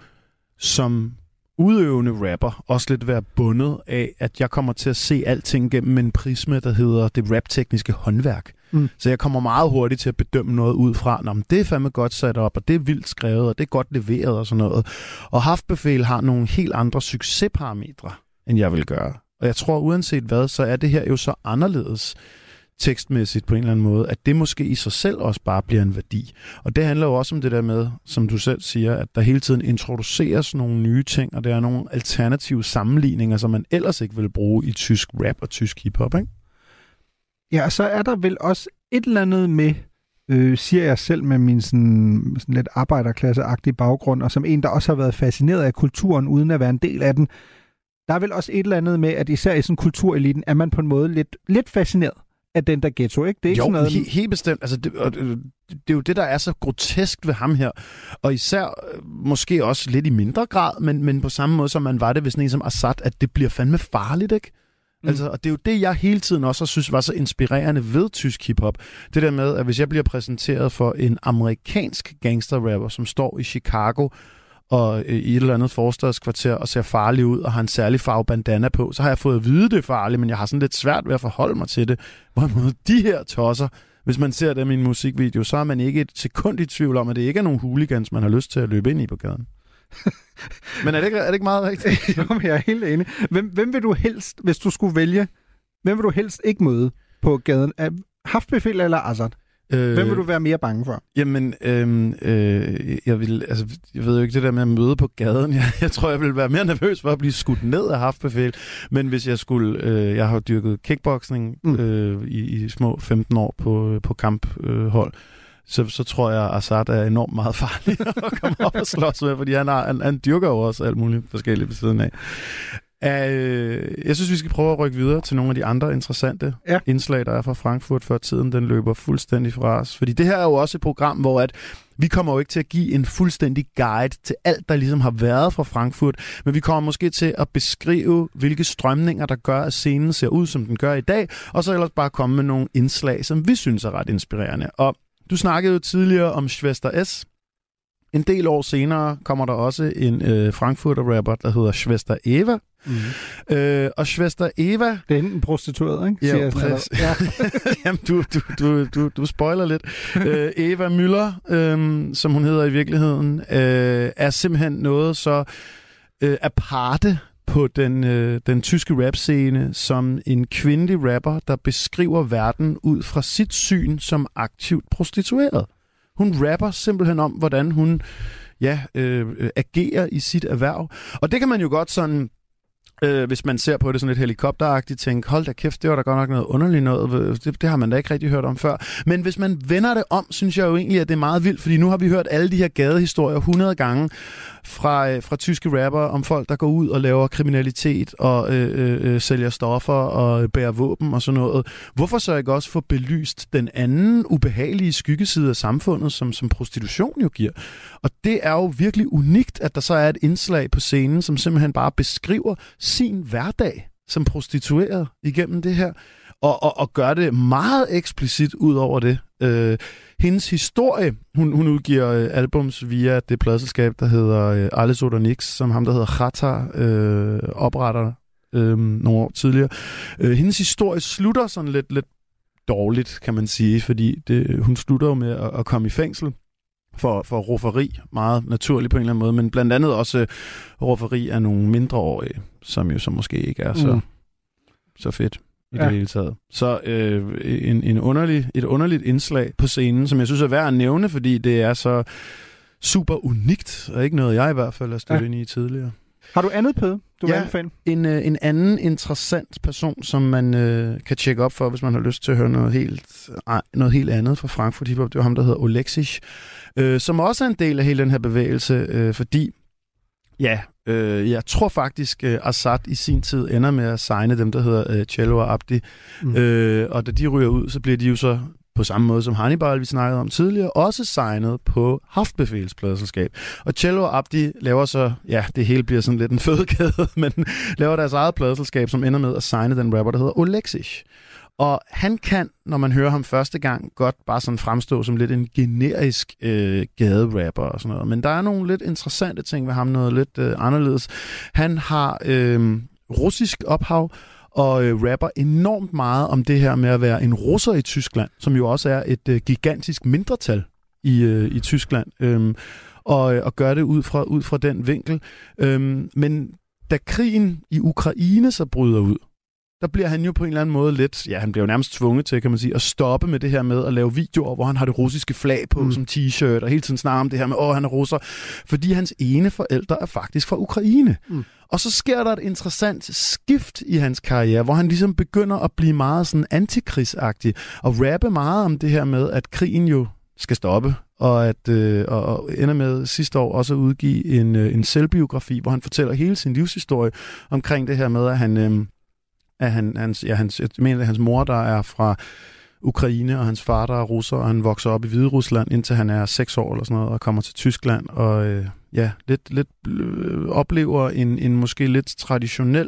som udøvende rapper også lidt være bundet af, at jeg kommer til at se alting gennem en prisme, der hedder det raptekniske håndværk. Mm. Så jeg kommer meget hurtigt til at bedømme noget ud fra, nå, det er fandme godt sat op, og det er vildt skrevet, og det er godt leveret og sådan noget. Og Haftbefehl har nogle helt andre succesparametre, end jeg vil gøre. Og jeg tror, uanset hvad, så er det her jo så anderledes tekstmæssigt på en eller anden måde, at det måske i sig selv også bare bliver en værdi. Og det handler jo også om det der med, som du selv siger, at der hele tiden introduceres nogle nye ting, og der er nogle alternative sammenligninger, som man ellers ikke vil bruge i tysk rap og tysk hiphop, ikke? Ja, og så er der vel også et eller andet med, øh, siger jeg selv med min sådan, sådan lidt arbejderklasse-agtige baggrund, og som en, der også har været fascineret af kulturen, uden at være en del af den. Der er vel også et eller andet med, at især i sådan kultureliten, er man på en måde lidt, lidt fascineret af den der ghetto, ikke? Det er ikke jo, sådan noget... he- helt bestemt. Altså, det, og, det, det er jo det, der er så grotesk ved ham her. Og især, måske også lidt i mindre grad, men, men på samme måde, som man var det ved sådan en som Assad, at det bliver fandme farligt, ikke? Mm. Altså, og det er jo det, jeg hele tiden også synes var så inspirerende ved tysk hiphop. Det der med, at hvis jeg bliver præsenteret for en amerikansk gangsterrapper, som står i Chicago og øh, i et eller andet forstadskvarter og ser farlig ud og har en særlig farve bandana på, så har jeg fået at vide, det er farligt, men jeg har sådan lidt svært ved at forholde mig til det. Hvorimod de her tosser, hvis man ser dem i en musikvideo, så er man ikke et sekund i tvivl om, at det ikke er nogen hooligans, man har lyst til at løbe ind i på gaden. Men er det ikke, er det ikke meget rigtigt? Jo, men jeg er helt enig. Hvem, hvem vil du helst, hvis du skulle vælge, hvem vil du helst ikke møde på gaden? Haftbefehl eller Assad? Øh, Hvem vil du være mere bange for? Jamen, øh, øh, jeg vil, altså, jeg ved jo ikke det der med at møde på gaden. Jeg, jeg tror, jeg vil være mere nervøs for at blive skudt ned af Haftbefehl. Men hvis jeg skulle, øh, jeg har dyrket kickboxing øh, i, i små femten år på, på kamphold, øh, så, så tror jeg, at Assad er enormt meget farlig at komme op og slås med, fordi han, har, han, han dyrker jo også alt muligt forskelligt ved siden af. Uh, jeg synes, vi skal prøve at rykke videre til nogle af de andre interessante ja. indslag, der er fra Frankfurt, før tiden den løber fuldstændig fra os. Fordi det her er jo også et program, hvor at vi kommer jo ikke til at give en fuldstændig guide til alt, der ligesom har været fra Frankfurt, men vi kommer måske til at beskrive, hvilke strømninger, der gør, at scenen ser ud, som den gør i dag, og så ellers bare komme med nogle indslag, som vi synes er ret inspirerende. Og du snakkede jo tidligere om Schwester S. En del år senere kommer der også en øh, Frankfurter-rapper, der hedder Schwester Eva. Mm-hmm. Øh, og Schwester Eva... Det er en prostitueret, ikke? Ja, præcis. Ja. Jamen, du, du, du, du, du spoiler lidt. øh, Eva Müller, øh, som hun hedder i virkeligheden, øh, er simpelthen noget så øh, aparte på den, øh, den tyske rapscene som en kvindelig rapper, der beskriver verden ud fra sit syn som aktivt prostitueret. Hun rapper simpelthen om, hvordan hun ja, øh, agerer i sit erhverv. Og det kan man jo godt sådan, øh, hvis man ser på det sådan lidt helikopteragtigt, tænke, hold da kæft, det var da godt nok noget underligt noget. Det, det har man da ikke rigtig hørt om før. Men hvis man vender det om, synes jeg jo egentlig, at det er meget vildt, fordi nu har vi hørt alle de her gadehistorier hundrede gange fra, øh, fra tyske rapper om folk, der går ud og laver kriminalitet og øh, øh, sælger stoffer og bærer våben og sådan noget. Hvorfor så ikke også få belyst den anden ubehagelige skyggeside af samfundet, som, som prostitution jo giver? Og det er jo virkelig unikt, at der så er et indslag på scenen, som simpelthen bare beskriver sin hverdag som prostitueret igennem det her, og, og, og gør det meget eksplicit ud over det. Øh, hendes historie, hun, hun udgiver øh, albums via det pladselskab, der hedder øh, Alles oder Nix, som ham, der hedder Khatar, øh, opretter øh, nogle år tidligere. Øh, hendes historie slutter sådan lidt, lidt dårligt, kan man sige, fordi det, hun slutter jo med at, at komme i fængsel for, for rufferi, meget naturligt på en eller anden måde, men blandt andet også øh, rufferi af nogle mindreårige, som jo så måske ikke er så, mm. så fedt i ja. det hele taget. Så øh, en, en underlig, et underligt indslag på scenen, som jeg synes er værd at nævne, fordi det er så super unikt, og ikke noget, jeg i hvert fald har stødt ja. ind i tidligere. Har du andet på? Du ja, er fan? En, øh, en anden interessant person, som man øh, kan tjekke op for, hvis man har lyst til at høre noget helt, øh, noget helt andet fra Frankfurt Hip Hop, det var ham, der hedder Oleksich, øh, som også er en del af hele den her bevægelse, øh, fordi ja, øh, jeg tror faktisk, at Assad i sin tid ender med at signe dem, der hedder øh, Cello og Abdi. Mm. Øh, og da de ryger ud, så bliver de jo så på samme måde som Hannibal, vi snakkede om tidligere, også signet på Haftbefehls pladselskab. Og Cello og Abdi laver så, ja, det hele bliver sådan lidt en fødekæde, men laver deres eget pladselskab, som ender med at signe den rapper, der hedder Oleksich. Og han kan, når man hører ham første gang, godt bare sådan fremstå som lidt en generisk øh, gaderapper og sådan noget. Men der er nogle lidt interessante ting ved ham, noget lidt øh, anderledes. Han har øh, russisk ophav og øh, rapper enormt meget om det her med at være en russer i Tyskland, som jo også er et øh, gigantisk mindretal i, øh, i Tyskland, øh, og, og gør det ud fra, ud fra den vinkel. Øh, men da krigen i Ukraine så bryder ud, der bliver han jo på en eller anden måde lidt, ja, han bliver jo nærmest tvunget til, kan man sige, at stoppe med det her med at lave videoer, hvor han har det russiske flag på mm. som t-shirt, og hele tiden snakker om det her med, åh, han er russer, fordi hans ene forældre er faktisk fra Ukraine. Mm. Og så sker der et interessant skift i hans karriere, hvor han ligesom begynder at blive meget sådan antikrigsagtig, og rappe meget om det her med, at krigen jo skal stoppe, og at øh, og ender med sidste år også at udgive en, øh, en selvbiografi, hvor han fortæller hele sin livshistorie omkring det her med, at han... Øh, at han, hans, ja, hans, jeg mener, at hans mor, der er fra Ukraine, og hans far, der er russer, og han vokser op i Hviderusland, indtil han er seks år eller sådan noget, og kommer til Tyskland, og øh, ja, lidt, lidt øh, oplever en, en måske lidt traditionel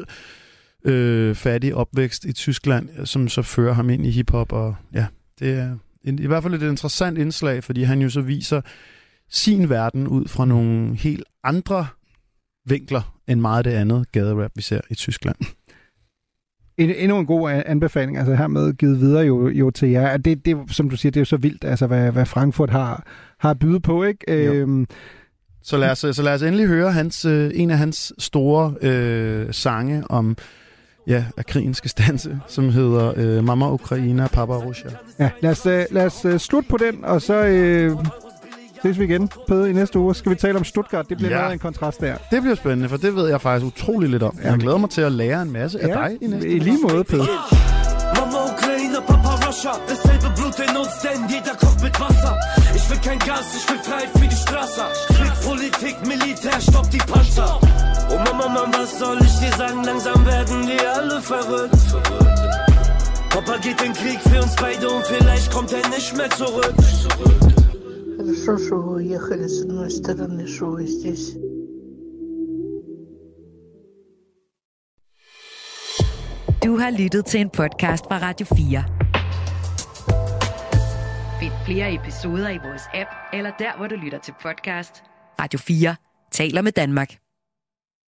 øh, fattig opvækst i Tyskland, som så fører ham ind i hiphop, og ja, det er en, i hvert fald et interessant indslag, fordi han jo så viser sin verden ud fra nogle helt andre vinkler end meget af det andet gaderap, vi ser i Tyskland. En, endnu en god anbefaling, altså hermed givet videre jo, jo til jer. Det, det, som du siger, det er jo så vildt, altså hvad, hvad Frankfurt har, har at byde på, ikke? Øhm, så, lad os, så lad os endelig høre hans, øh, en af hans store øh, sange om, ja, at krigen skal standse, som hedder øh, Mama Ukraina, Papa Russia. Ja, lad os, øh, lad os øh, slutte på den, og så øh, ses vi igen, Pede, i næste uge. Skal vi tale om Stuttgart? Det bliver ja. noget af en kontrast der. Det bliver spændende, for det ved jeg faktisk utrolig lidt om. Ja. Jeg glæder mig til at lære en masse ja, af dig i næste uge. I lige måde, Pede. Mama Ukraine, Papa Russia, dasselbe Blut in uns, denn jeder kocht mit Wasser. Ich will kein Gas, ich will Freiheit für die Straße. Krieg, Politik, Militär, stopp die Panzer. Oh Mama, Mann, was soll ich dir sagen? Langsam werden wir alle verrückt. Papa geht in Krieg für uns beide und vielleicht kommt er nicht mehr zurück. Хорошо, что вы уехали с одной стороны, что вы здесь. Du har lyttet til en podcast fra Radio fire. Find flere episoder i vores app, eller der, hvor du lytter til podcast. Radio fire taler med Danmark.